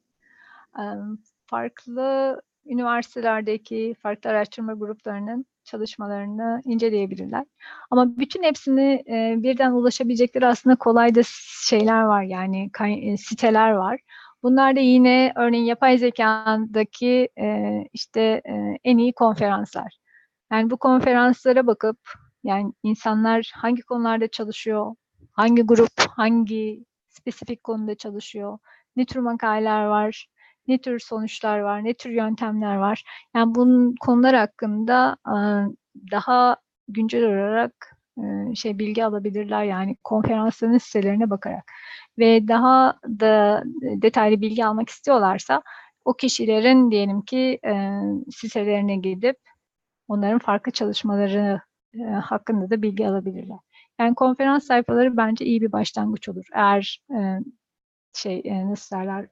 Farklı üniversitelerdeki farklı araştırma gruplarının çalışmalarını inceleyebilirler. Ama bütün hepsini birden ulaşabilecekleri aslında kolay da şeyler var, yani siteler var. Bunlar da yine örneğin yapay zekadaki en iyi konferanslar. Yani bu konferanslara bakıp yani insanlar hangi konularda çalışıyor, hangi grup hangi spesifik konuda çalışıyor, ne tür makaleler var, ne tür sonuçlar var, ne tür yöntemler var. Yani bunun konular hakkında daha güncel olarak bilgi alabilirler, yani konferansların sitelerine bakarak ve daha da detaylı bilgi almak istiyorlarsa o kişilerin diyelim ki sitelerine gidip onların farklı çalışmaları hakkında da bilgi alabilirler. Yani konferans sayfaları bence iyi bir başlangıç olur. Eğer nasıl derler,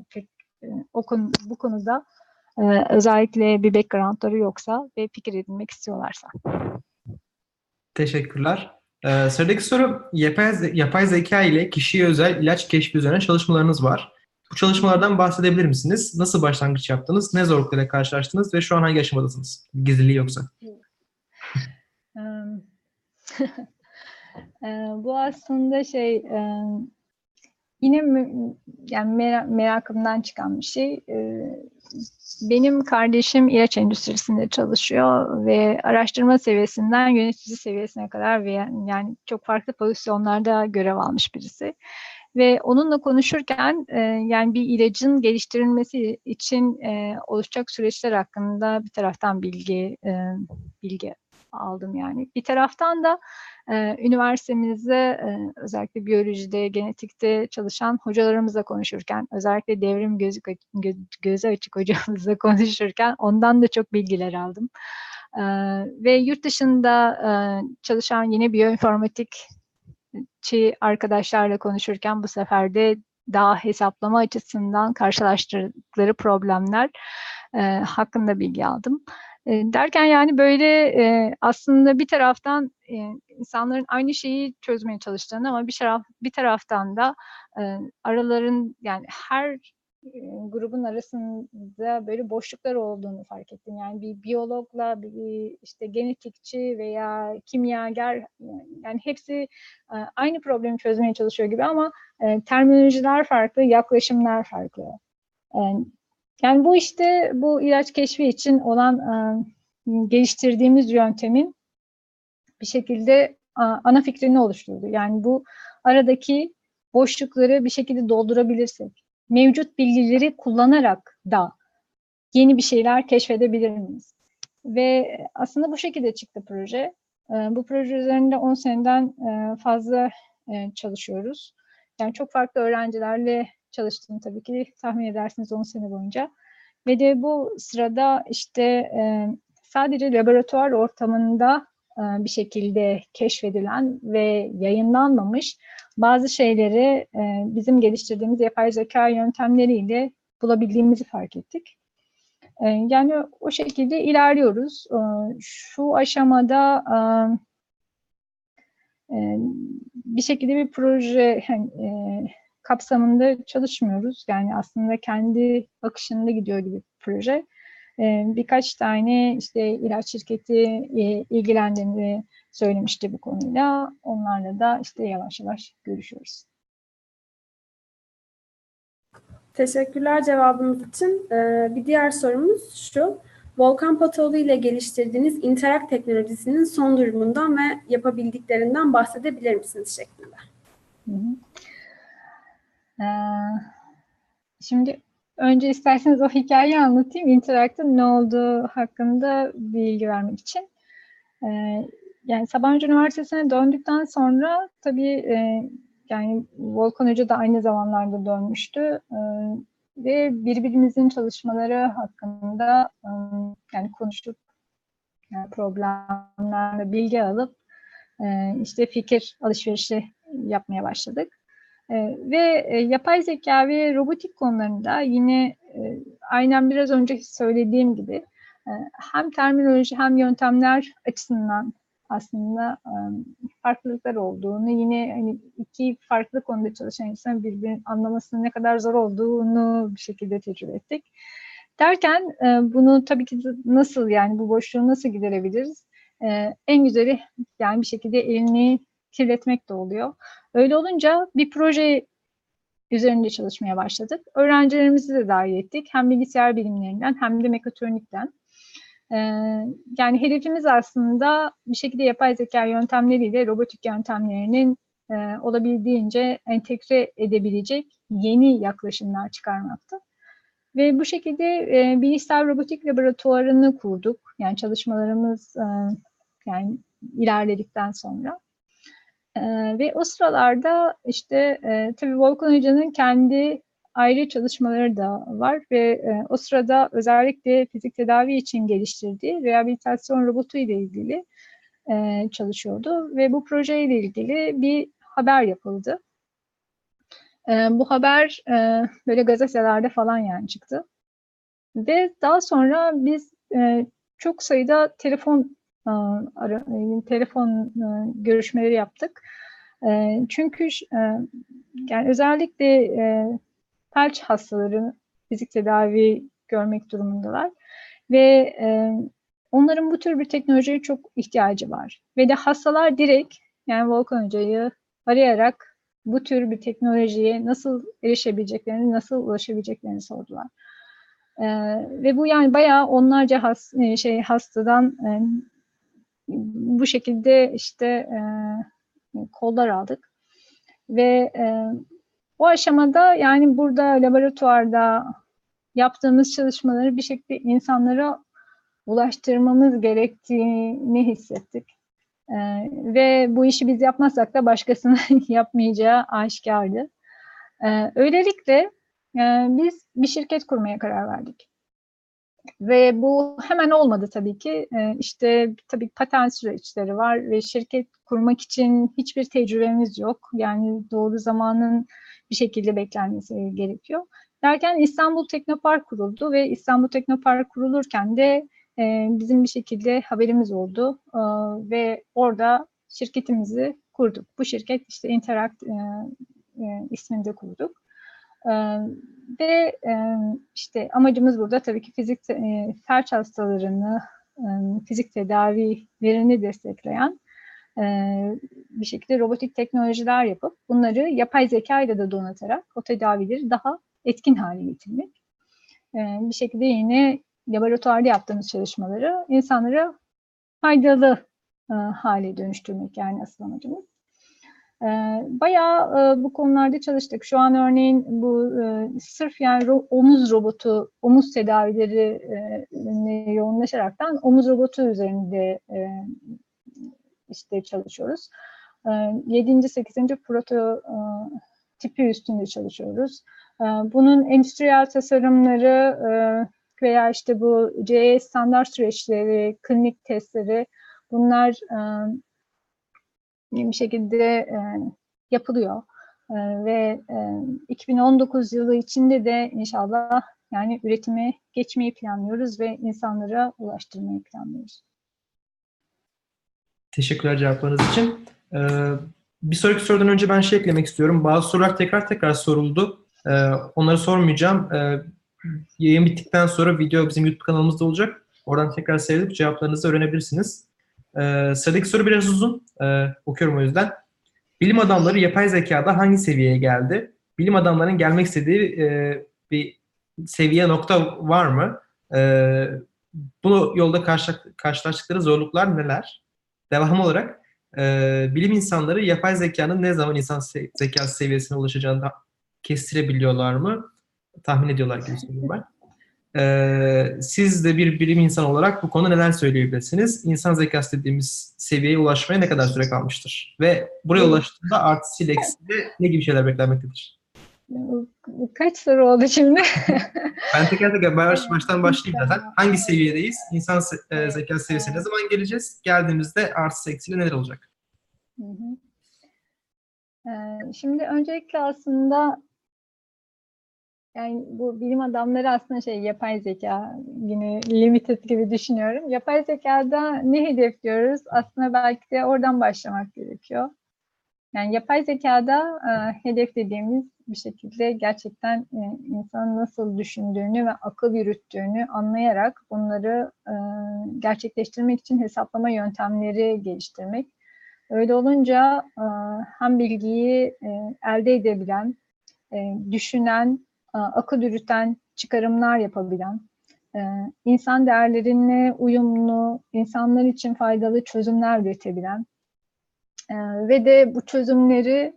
bu konuda özellikle bir backgroundları yoksa ve fikir edinmek istiyorlarsa. Teşekkürler. Sıradaki soru, yapay zeka ile kişiye özel ilaç keşfi üzerine çalışmalarınız var. Bu çalışmalardan bahsedebilir misiniz? Nasıl başlangıç yaptınız? Ne zorluklarla karşılaştınız ve şu an hangi aşamadasınız? Gizliliği yoksa. Bu aslında yine yani merakımdan çıkan bir şey. Benim kardeşim ilaç endüstrisinde çalışıyor ve araştırma seviyesinden yönetici seviyesine kadar ve yani çok farklı pozisyonlarda görev almış birisi. Ve onunla konuşurken yani bir ilacın geliştirilmesi için oluşacak süreçler hakkında bir taraftan bilgi aldım yani. Bir taraftan da üniversitemizde özellikle biyolojide, genetikte çalışan hocalarımızla konuşurken, özellikle devrim gözü açık hocamızla konuşurken ondan da çok bilgiler aldım. Ve yurt dışında çalışan yine biyoinformatikçi arkadaşlarla konuşurken bu sefer de daha hesaplama açısından karşılaştırdıkları problemler hakkında bilgi aldım. Derken yani böyle aslında bir taraftan insanların aynı şeyi çözmeye çalıştığını ama bir taraftan da araların yani her grubun arasında böyle boşluklar olduğunu fark ettim. Yani bir biyologla bir işte genetikçi veya kimyager yani hepsi aynı problemi çözmeye çalışıyor gibi ama terminolojiler farklı, yaklaşımlar farklı. Yani bu ilaç keşfi için olan geliştirdiğimiz yöntemin bir şekilde ana fikrini oluşturdu. Yani bu aradaki boşlukları bir şekilde doldurabilirsek, mevcut bilgileri kullanarak da yeni bir şeyler keşfedebilir miyiz? Ve aslında bu şekilde çıktı proje. Bu proje üzerinde 10 seneden fazla çalışıyoruz. Yani çok farklı öğrencilerle çalıştım tabii ki, tahmin edersiniz 10 sene boyunca. Ve de bu sırada işte sadece laboratuvar ortamında bir şekilde keşfedilen ve yayınlanmamış bazı şeyleri bizim geliştirdiğimiz yapay zeka yöntemleriyle bulabildiğimizi fark ettik. Yani o şekilde ilerliyoruz. Şu aşamada bir şekilde bir proje kapsamında çalışmıyoruz. Yani aslında kendi akışında gidiyor gibi bir proje. Birkaç tane işte ilaç şirketi ilgilendiğini söylemişti bu konuyla. Onlarla da işte yavaş yavaş görüşüyoruz. Teşekkürler cevabınız için. Bir diğer sorumuz şu. Volkan Patoğlu ile geliştirdiğiniz Interact teknolojisinin son durumundan ve yapabildiklerinden bahsedebilir misiniz şeklinde? Şimdi önce isterseniz o hikayeyi anlatayım. Interact'ın ne olduğu hakkında bilgi vermek için. Yani Sabancı Üniversitesi'ne döndükten sonra tabii yani Volkan Hoca da aynı zamanlarda dönmüştü. Ve birbirimizin çalışmaları hakkında yani konuşup yani problemlerle bilgi alıp işte fikir alışverişi yapmaya başladık. Ve yapay zeka ve robotik konularında yine aynen biraz önce söylediğim gibi hem terminoloji hem yöntemler açısından aslında farklılıklar olduğunu, yine hani iki farklı konuda çalışan insan birbirini anlamasının ne kadar zor olduğunu bir şekilde tecrübe ettik. Derken bunu tabii ki nasıl, yani bu boşluğu nasıl giderebiliriz? En güzeli yani bir şekilde elini kirletmek de oluyor. Öyle olunca bir proje üzerinde çalışmaya başladık. Öğrencilerimizi de dahil ettik. Hem bilgisayar bilimlerinden hem de mekatronikten. Yani hedefimiz aslında bir şekilde yapay zeka yöntemleriyle robotik yöntemlerinin olabildiğince entegre edebilecek yeni yaklaşımlar çıkarmaktı. Ve bu şekilde bilgisayar robotik laboratuvarını kurduk. Yani çalışmalarımız yani ilerledikten sonra. Ve o sıralarda işte tabii Volkan Hoca'nın kendi ayrı çalışmaları da var ve o sırada özellikle fizik tedavi için geliştirdiği rehabilitasyon robotu ile ilgili çalışıyordu ve bu projeyle ilgili bir haber yapıldı. Bu haber böyle gazetelerde falan yani çıktı. Ve daha sonra biz çok sayıda telefon görüşmeleri yaptık. Çünkü yani özellikle felç hastaları fizik tedavi görmek durumundalar ve onların bu tür bir teknolojiye çok ihtiyacı var. Ve de hastalar direkt yani Volkan Hoca'yı arayarak bu tür bir teknolojiye nasıl erişebileceklerini, nasıl ulaşabileceklerini sordular. Ve bu yani bayağı onlarca hastadan bu şekilde işte kollar aldık. Ve o aşamada yani burada laboratuvarda yaptığımız çalışmaları bir şekilde insanlara ulaştırmamız gerektiğini hissettik. Ve bu işi biz yapmazsak da başkasının yapmayacağı aşikardı. Öylelikle biz bir şirket kurmaya karar verdik. Ve bu hemen olmadı tabii ki. İşte tabii patent süreçleri var ve şirket kurmak için hiçbir tecrübemiz yok. Yani doğru zamanın bir şekilde beklenmesi gerekiyor. Derken İstanbul Teknopark kuruldu ve İstanbul Teknopark kurulurken de bizim bir şekilde haberimiz oldu ve orada şirketimizi kurduk. Bu şirket işte Interact isminde kurduk. Ve işte amacımız burada tabii ki felç hastalarını, fizik tedavilerini destekleyen bir şekilde robotik teknolojiler yapıp bunları yapay zeka ile de donatarak o tedavileri daha etkin hale getirmek. Bir şekilde yine laboratuvarda yaptığımız çalışmaları insanlara faydalı hale dönüştürmek yani asıl amacımız. Bayağı bu konularda çalıştık. Şu an örneğin bu sırf yani omuz robotu, omuz tedavileri yoğunlaşaraktan omuz robotu üzerinde işte çalışıyoruz. 7. 8. prototipi üstünde çalışıyoruz. Bunun endüstriyel tasarımları veya işte bu CE standart süreçleri, klinik testleri bunlar bir şekilde yapılıyor. Ve 2019 yılı içinde de inşallah yani üretime geçmeyi planlıyoruz ve insanlara ulaştırmayı planlıyoruz. Teşekkürler cevaplarınız için. Bir sonraki sorudan önce ben şey eklemek istiyorum. Bazı sorular tekrar soruldu. Onları sormayacağım. Yayın bittikten sonra video bizim YouTube kanalımızda olacak. Oradan tekrar seyredip cevaplarınızı öğrenebilirsiniz. Sıradaki soru biraz uzun. Okuyorum o yüzden. Bilim adamları yapay zekada hangi seviyeye geldi? Bilim adamlarının gelmek istediği bir seviye nokta var mı? Bu yolda karşılaştıkları zorluklar neler? Devam olarak bilim insanları yapay zekanın ne zaman insan zekası seviyesine ulaşacağını da kestirebiliyorlar mı? Tahmin ediyorlar gibi söyleyeyim ben. Siz de bir bilim insanı olarak bu konuda neler söyleyebilirsiniz? İnsan zekası dediğimiz seviyeye ulaşmaya ne kadar süre kalmıştır? Ve buraya ulaştığında artısıyla eksisiyle ne gibi şeyler beklenmektedir? Kaç soru oldu şimdi? Ben teker baştan başlayayım zaten. Hangi seviyedeyiz? İnsan zekası seviyesine ne zaman geleceğiz? Geldiğimizde artısı eksiyle neler olacak? Şimdi öncelikle aslında yani bu bilim adamları aslında yapay zeka yine limited gibi düşünüyorum. Yapay zekada ne hedefliyoruz? Aslında belki de oradan başlamak gerekiyor. Yani yapay zekada hedeflediğimiz bir şekilde gerçekten insanın nasıl düşündüğünü ve akıl yürüttüğünü anlayarak bunları gerçekleştirmek için hesaplama yöntemleri geliştirmek. Öyle olunca hem bilgiyi elde edebilen, düşünen, akıl yürüten çıkarımlar yapabilen, insan değerlerine uyumlu, insanlar için faydalı çözümler üretebilen ve de bu çözümleri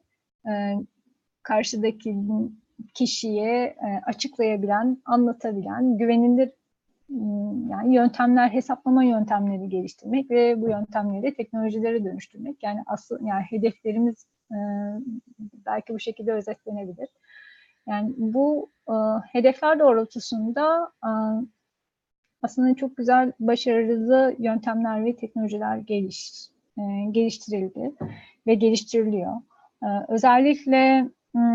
karşıdaki kişiye açıklayabilen, anlatabilen, güvenilir yani yöntemler, hesaplama yöntemleri geliştirmek ve bu yöntemleri teknolojilere dönüştürmek. Yani yani hedeflerimiz belki bu şekilde özetlenebilir. Yani bu hedefler doğrultusunda aslında çok güzel, başarılı yöntemler ve teknolojiler geliştirildi ve geliştiriliyor. Özellikle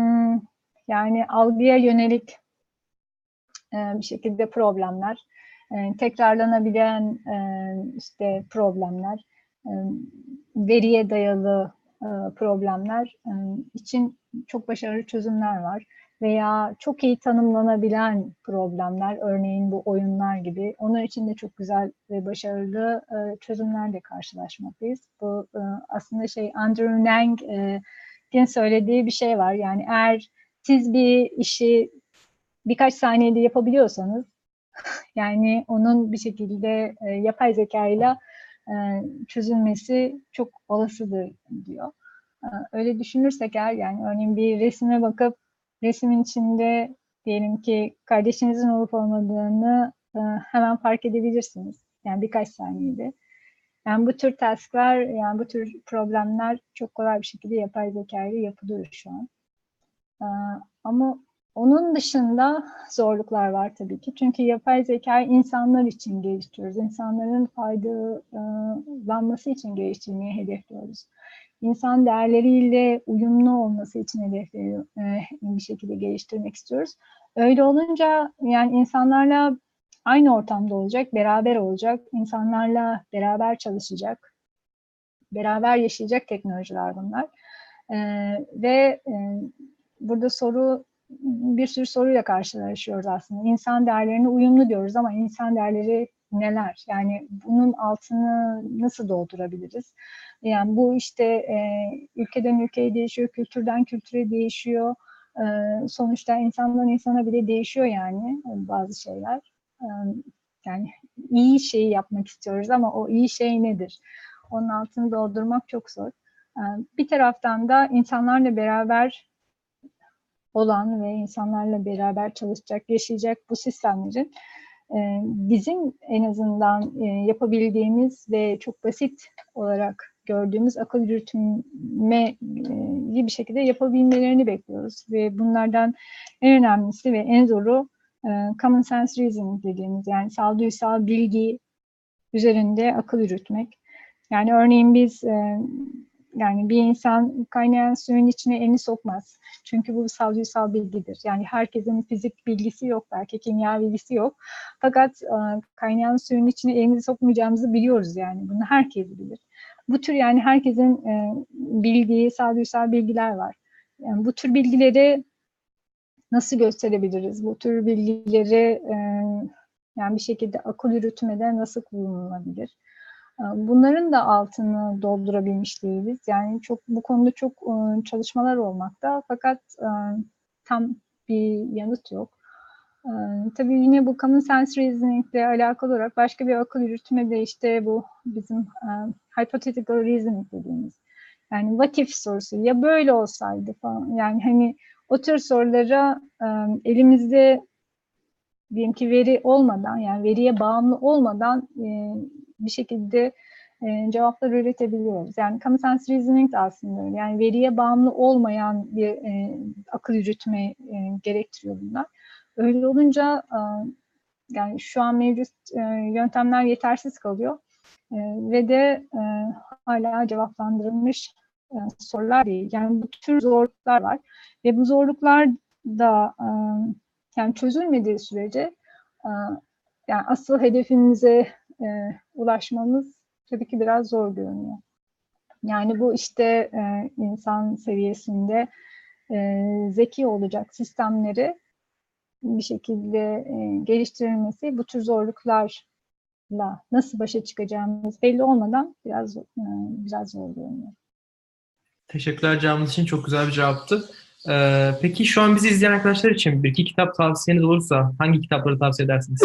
yani algıya yönelik bir şekilde problemler, tekrarlanabilen işte problemler, veriye dayalı problemler için çok başarılı çözümler var. Veya çok iyi tanımlanabilen problemler, örneğin bu oyunlar gibi, onlar için de çok güzel ve başarılı çözümlerle karşılaşmaktayız. Bu aslında Andrew Ng'in söylediği bir şey var. Yani eğer siz bir işi birkaç saniyede yapabiliyorsanız, yani onun bir şekilde yapay zekayla çözülmesi çok olasıdır diyor. Öyle düşünürsek eğer, yani örneğin bir resme bakıp resmin içinde diyelim ki kardeşinizin olup olmadığını hemen fark edebilirsiniz. Yani birkaç saniyede. Yani bu tür tasklar, yani bu tür problemler çok kolay bir şekilde yapay zeka ile yapılıyor şu an. Ama onun dışında zorluklar var tabii ki. Çünkü yapay zekayı insanlar için geliştiriyoruz. İnsanların faydalanması için geliştirmeyi hedefliyoruz. İnsan değerleriyle uyumlu olması için hedefleri bir şekilde geliştirmek istiyoruz. Öyle olunca yani insanlarla aynı ortamda olacak, beraber olacak, insanlarla beraber çalışacak, beraber yaşayacak teknolojiler bunlar. Ve burada bir sürü soruyla karşılaşıyoruz aslında. İnsan değerlerine uyumlu diyoruz ama insan değerleri neler? Yani bunun altını nasıl doldurabiliriz? Yani bu işte ülkeden ülkeye değişiyor, kültürden kültüre değişiyor. Sonuçta insandan insana bile değişiyor yani bazı şeyler. Yani iyi şeyi yapmak istiyoruz ama o iyi şey nedir? Onun altını doldurmak çok zor. Bir taraftan da insanlarla beraber olan ve insanlarla beraber çalışacak, yaşayacak bu sistemlerin bizim en azından yapabildiğimiz ve çok basit olarak gördüğümüz akıl yürütmeyi bir şekilde yapabilmelerini bekliyoruz. Ve bunlardan en önemlisi ve en zoru common sense reasoning dediğimiz, yani sağduyusal bilgi üzerinde akıl yürütmek. Yani örneğin biz yani bir insan kaynayan suyun içine elini sokmaz. Çünkü bu sağduyusal bilgidir. Yani herkesin fizik bilgisi yok, belki kimya bilgisi yok. Fakat kaynayan suyun içine elimizi sokmayacağımızı biliyoruz yani. Bunu herkes bilir. Bu tür yani herkesin bildiği sağduyusal bilgiler var. Yani bu tür bilgileri nasıl gösterebiliriz? Bu tür bilgileri yani bir şekilde akıl yürütmede nasıl kullanılabilir? Bunların da altını doldurabilmiş değiliz. Yani bu konuda çok çalışmalar olmakta. Fakat tam bir yanıt yok. Tabii yine bu common sense reasoning ile alakalı olarak başka bir akıl yürütme de işte bu bizim hypothetical reasoning dediğimiz. Yani what if sorusu, ya böyle olsaydı falan. Yani hani o tür sorulara elimizde diyelim ki veri olmadan, yani veriye bağımlı olmadan bir şekilde cevaplar üretebiliyoruz. Yani common sense reasoning de aslında öyle. Yani veriye bağımlı olmayan bir akıl yürütme gerektiriyor bunlar. Öyle olunca yani şu an mevcut yöntemler yetersiz kalıyor ve de hala cevaplandırılmış sorular değil. Yani bu tür zorluklar var ve bu zorluklar da yani çözülmediği sürece yani asıl hedefimize ulaşmamız tabii ki biraz zor görünüyor. Yani bu işte insan seviyesinde zeki olacak sistemleri bir şekilde geliştirilmesi, bu tür zorluklarla nasıl başa çıkacağımız belli olmadan biraz zor görünüyor. Teşekkürler cevabınız için. Çok güzel bir cevaptı. Peki şu an bizi izleyen arkadaşlar için bir iki kitap tavsiyeniz olursa hangi kitapları tavsiye edersiniz?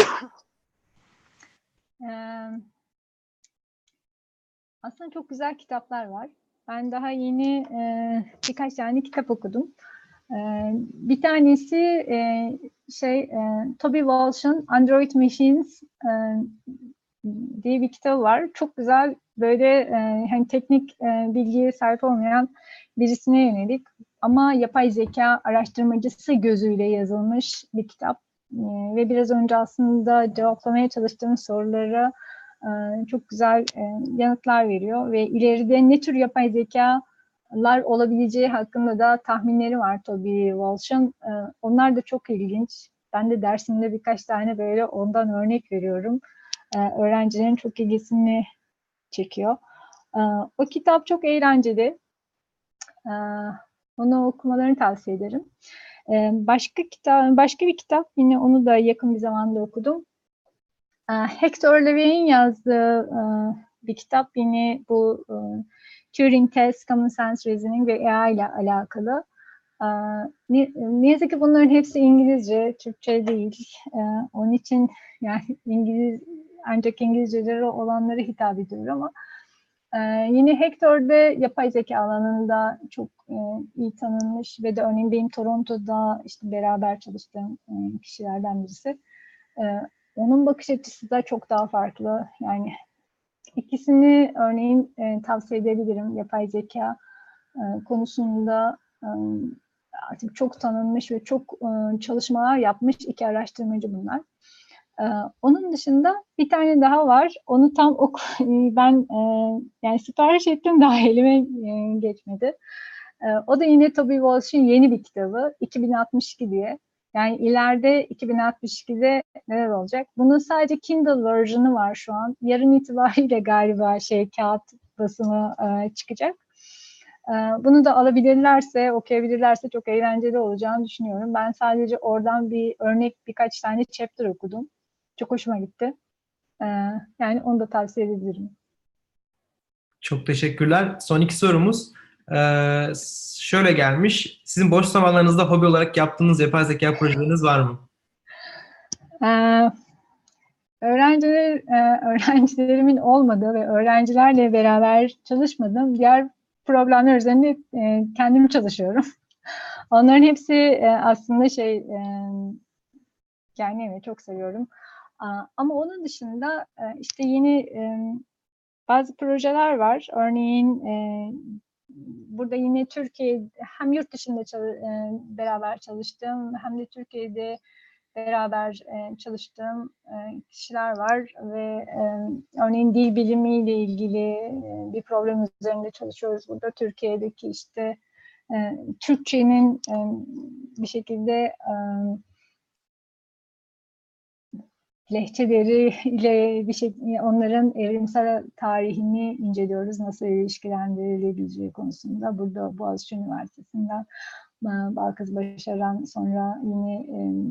Aslında çok güzel kitaplar var. Ben daha yeni birkaç tane kitap okudum. Bir tanesi Toby Walsh'ın Android Machines diye bir kitabı var. Çok güzel, böyle hani teknik bilgiye sahip olmayan birisine yönelik ama yapay zeka araştırmacısı gözüyle yazılmış bir kitap. Ve biraz önce aslında cevaplamaya çalıştığım sorulara çok güzel yanıtlar veriyor ve ileride ne tür yapay zekalar olabileceği hakkında da tahminleri var Toby Walsh'ın. Onlar da çok ilginç. Ben de dersimde birkaç tane böyle ondan örnek veriyorum. Öğrencilerin çok ilgisini çekiyor. O kitap çok eğlenceli. Onu okumalarını tavsiye ederim. Başka bir kitap, yine onu da yakın bir zamanda okudum. Hector Levey'in yazdığı bir kitap, yine bu Turing Test, Common Sense Reasoning ve AI ile alakalı. Ne yazık ki bunların hepsi İngilizce, Türkçe değil. Onun için yani ancak İngilizceleri olanlara hitap ediyor ama yine Hector'da yapay zeka alanında çok iyi tanınmış ve de örneğin benim Toronto'da işte beraber çalıştığım kişilerden birisi. Onun bakış açısı da çok daha farklı. Yani ikisini örneğin tavsiye edebilirim. Yapay zeka konusunda artık çok tanınmış ve çok çalışmalar yapmış iki araştırmacı bunlar. Onun dışında bir tane daha var. Onu tam ben yani sipariş ettim, daha elime geçmedi. O da yine Toby Walsh'ın yeni bir kitabı, 2062 diye. Yani ileride 2062'de neler olacak? Bunun sadece Kindle versiyonu var şu an. Yarın itibariyle galiba kağıt basımı çıkacak. Bunu da alabilirlerse, okuyabilirlerse çok eğlenceli olacağını düşünüyorum. Ben sadece oradan birkaç tane chapter okudum. Çok hoşuma gitti. Yani onu da tavsiye edebilirim. Çok teşekkürler. Son iki sorumuz şöyle gelmiş. Sizin boş zamanlarınızda hobi olarak yaptığınız yapay zeka projeleriniz var mı? Öğrencilerimin olmadığı ve öğrencilerle beraber çalışmadığım diğer problemler üzerinde kendim çalışıyorum. Onların hepsi aslında yani evet, çok seviyorum. Ama onun dışında işte yeni bazı projeler var. Örneğin burada yine Türkiye, hem yurt dışında beraber çalıştığım hem de Türkiye'de beraber çalıştığım kişiler var ve örneğin dil bilimiyle ilgili bir problem üzerinde çalışıyoruz. Burada Türkiye'deki işte Türkçenin bir şekilde lehçeleriyle bir şekilde onların evrimsel tarihini inceliyoruz. Nasıl ilişkilendirilebileceği konusunda. Burada Boğaziçi Üniversitesi'nden Balkız Başaran, sonra yine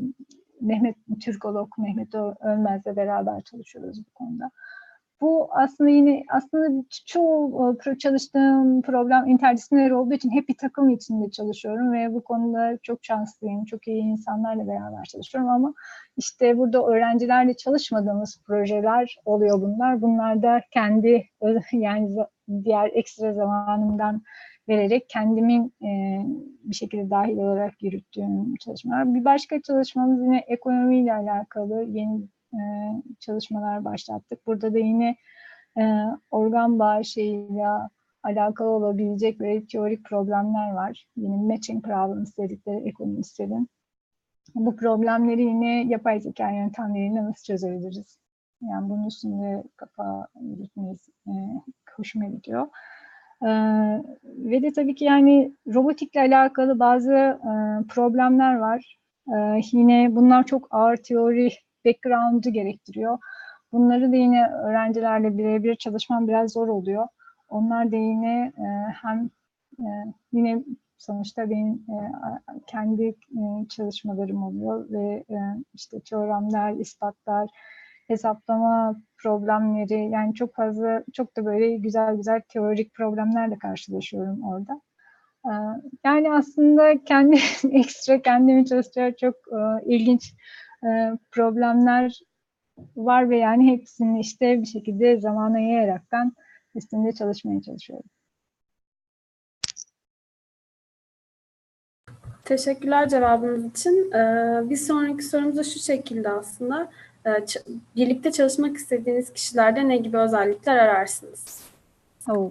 Mehmet Ölmez'le beraber çalışıyoruz bu konuda. Bu aslında çoğu çalıştığım problem interdisipliner olduğu için hep bir takım içinde çalışıyorum ve bu konuda çok şanslıyım. Çok iyi insanlarla beraber çalışıyorum ama işte burada öğrencilerle çalışmadığımız projeler oluyor bunlar. Bunlar da kendi yani diğer ekstra zamanımdan vererek kendimin bir şekilde dahil olarak yürüttüğüm çalışmalar. Bir başka çalışmamız yine ekonomiyle alakalı yeni çalışmalar başlattık. Burada da yine organ bağışıyla alakalı olabilecek böyle teorik problemler var. Yine matching problems dedikleri ekonomistlerin. Bu problemleri yine yapay zeka yöntemleriyle nasıl çözebiliriz? Yani bunun üstünde kafa yürütmeyiz. Hoşuma gidiyor. Ve de tabii ki yani robotikle alakalı bazı problemler var. Yine bunlar çok ağır teori background'u gerektiriyor. Bunları da yine öğrencilerle birebir çalışmam biraz zor oluyor. Onlar da yine hem yine sonuçta benim kendi çalışmalarım oluyor ve işte teoremler, ispatlar, hesaplama problemleri, yani çok da böyle güzel teorik problemlerle karşılaşıyorum orada. Yani aslında kendimi çalıştıran çok ilginç problemler var ve yani hepsini işte bir şekilde zamana yayaraktan üstünde çalışmaya çalışıyorum. Teşekkürler cevabınız için. Bir sonraki sorumuz da şu şekilde aslında. Birlikte çalışmak istediğiniz kişilerde ne gibi özellikler ararsınız? Oh.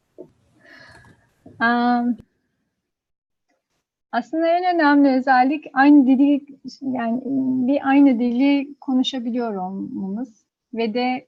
Aslında en önemli özellik aynı dili, yani bir aynı dili konuşabiliyor olmamız ve de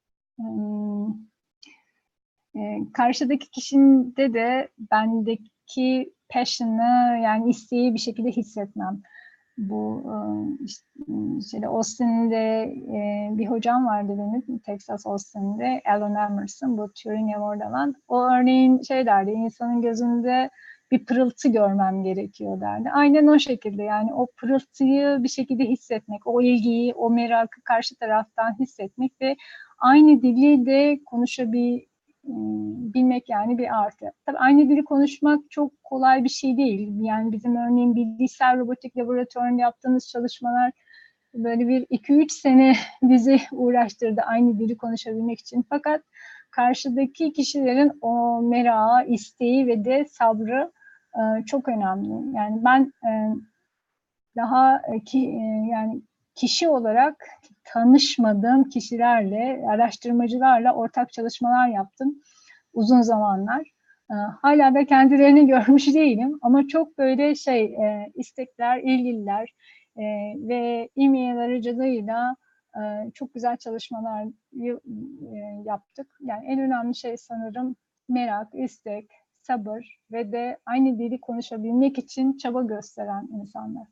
karşıdaki kişinin de bendeki passion'ı, yani isteği bir şekilde hissetmem. Bu işte Austin'de bir hocam vardı benim, Texas Austin'de, Alan Emerson, bu Turing Award alan. O örneğin şey derdi, insanın gözünde bir pırıltı görmem gerekiyor derdi. Aynen o şekilde, yani o pırıltıyı bir şekilde hissetmek, o ilgiyi, o merakı karşı taraftan hissetmek ve aynı dili de bilmek, yani bir artı. Tabii aynı dili konuşmak çok kolay bir şey değil. Yani bizim örneğin bilgisayar robotik laboratuvarında yaptığımız çalışmalar böyle bir 2-3 sene bizi uğraştırdı aynı dili konuşabilmek için. Fakat karşıdaki kişilerin o merağı, isteği ve de sabrı çok önemli. Yani ben daha yani kişi olarak tanışmadığım kişilerle, araştırmacılarla ortak çalışmalar yaptım uzun zamanlar. Hala da kendilerini görmüş değilim ama çok böyle istekler, ilgililer ve e-mail aracılığıyla çok güzel çalışmalar yaptık. Yani en önemli şey sanırım merak, istek, sabır ve de aynı dili konuşabilmek için çaba gösteren insanlar.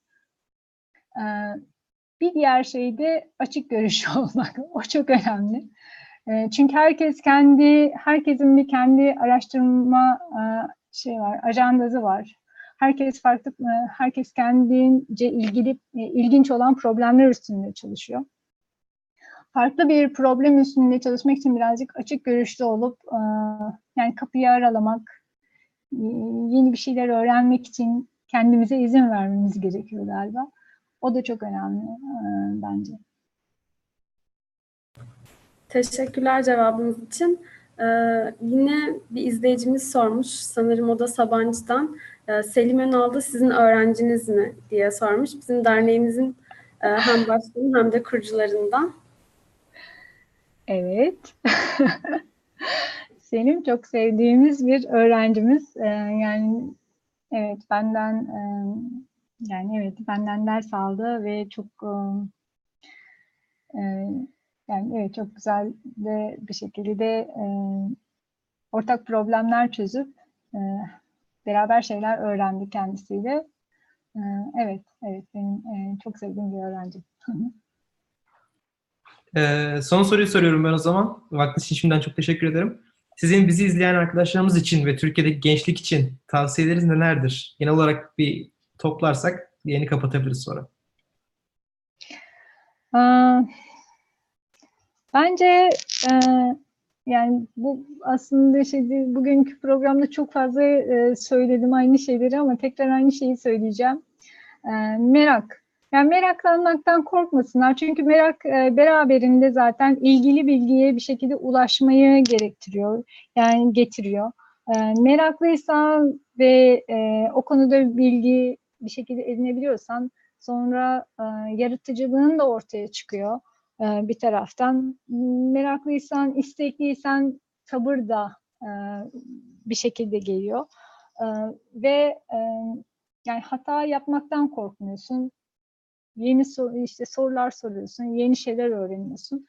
Bir diğer şey de açık görüşlü olmak. O çok önemli. Çünkü herkesin bir kendi araştırma var, ajandası var. Herkes farklı, herkes kendince ilginç olan problemler üstünde çalışıyor. Farklı bir problem üstünde çalışmak için birazcık açık görüşlü olup, yani kapıyı aralamak, yeni bir şeyler öğrenmek için kendimize izin vermemiz gerekiyor galiba. O da çok önemli bence. Teşekkürler cevabınız için. Yine bir izleyicimiz sormuş. Sanırım o da Sabancı'dan. Selim Önal'da sizin öğrenciniz mi diye sormuş. Bizim derneğimizin hem başkanı hem de kurucularından. Evet. Selim çok sevdiğimiz bir öğrencimiz. Yani evet, benden ders aldı ve çok yani evet, çok güzel de bir şekilde ortak problemler çözüp beraber şeyler öğrendik kendisiyle. Evet, benim çok sevdiğim bir öğrencim. Son soruyu soruyorum ben o zaman. Vaktiniz için şimdiden çok teşekkür ederim. Sizin bizi izleyen arkadaşlarımız için ve Türkiye'deki gençlik için tavsiyeleriniz nelerdir? Genel olarak bir toplarsak yeni kapatabiliriz sonra. Bence yani bu aslında bugünkü programda çok fazla söyledim aynı şeyleri ama tekrar aynı şeyi söyleyeceğim. Merak. Yani meraklanmaktan korkmasınlar. Çünkü merak beraberinde zaten ilgili bilgiye bir şekilde ulaşmayı gerektiriyor. Yani getiriyor. Meraklıysan ve o konuda bilgi bir şekilde edinebiliyorsan sonra yaratıcılığın da ortaya çıkıyor. Bir taraftan meraklıysan, istekliysen sabır da bir şekilde geliyor. Ve yani hata yapmaktan korkmuyorsun. Yeni sorular soruyorsun, yeni şeyler öğreniyorsun.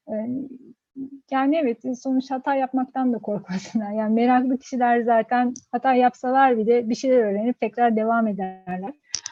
Yani evet, sonuç hata yapmaktan da korkmasınlar. Yani meraklı kişiler zaten hata yapsalar bile bir şeyler öğrenip tekrar devam ederler.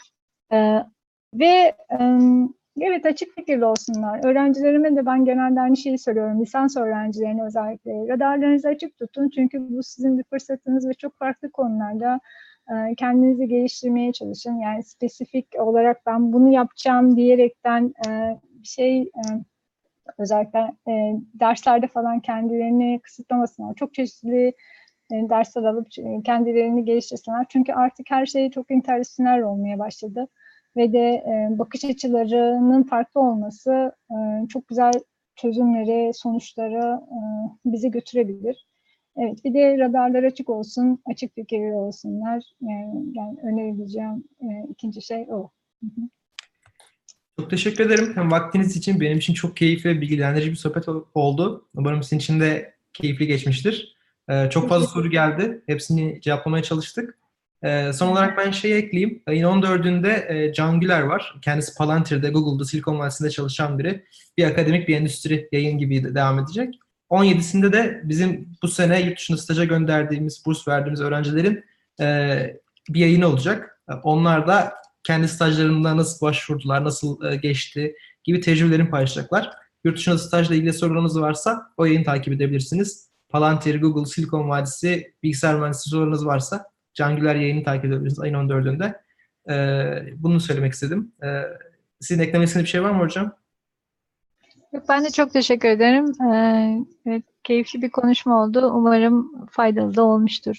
Ve evet, açık fikirli olsunlar. Öğrencilerime de ben genelde aynı şeyi söylüyorum. Lisans öğrencilerine özellikle. Radarlarınızı açık tutun. Çünkü bu sizin bir fırsatınız ve çok farklı konularda kendinizi geliştirmeye çalışın. Yani spesifik olarak ben bunu yapacağım diyerekten bir şey özellikle derslerde falan kendilerini kısıtlamasınlar. Çok çeşitli dersler alıp kendilerini geliştirsinler. Çünkü artık her şey çok interdisipliner olmaya başladı. Ve de bakış açılarının farklı olması çok güzel çözümlere, sonuçlara bizi götürebilir. Evet, bir de radarlar açık olsun, açık fikirli olsunlar. Yani önerebileceğim ikinci şey o. Hı hı. Çok teşekkür ederim. Hem vaktiniz için benim için çok keyifli ve bilgilendirici bir sohbet oldu. Umarım sizin için de keyifli geçmiştir. Çok fazla soru geldi. Hepsini cevaplamaya çalıştık. Son olarak ben şeyi ekleyeyim. Ayın 14'ünde Can Güler var. Kendisi Palantir'de, Google'da, Silikon Vadisi'nde çalışan biri. Bir akademik, bir endüstri yayın gibi devam edecek. 17'sinde de bizim bu sene yurt dışına staja gönderdiğimiz, burs verdiğimiz öğrencilerin bir yayını olacak. Onlar da kendi stajlarında nasıl başvurdular, nasıl geçti gibi tecrübelerini paylaşacaklar. Yurt dışında stajla ilgili sorularınız varsa o yayını takip edebilirsiniz. Palantir, Google, Silikon Vadisi, bilgisayar mühendisliği sorularınız varsa Can Güler yayını takip edebilirsiniz ayın 14'ünde. Bunu söylemek istedim. Sizin eklemek istediğiniz bir şey var mı hocam? Yok, ben de çok teşekkür ederim. Evet, keyifli bir konuşma oldu. Umarım faydalı da olmuştur.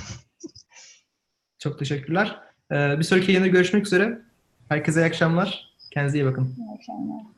Çok teşekkürler. Bir sonraki yayında görüşmek üzere. Herkese iyi akşamlar. Kendinize iyi bakın. İyi akşamlar.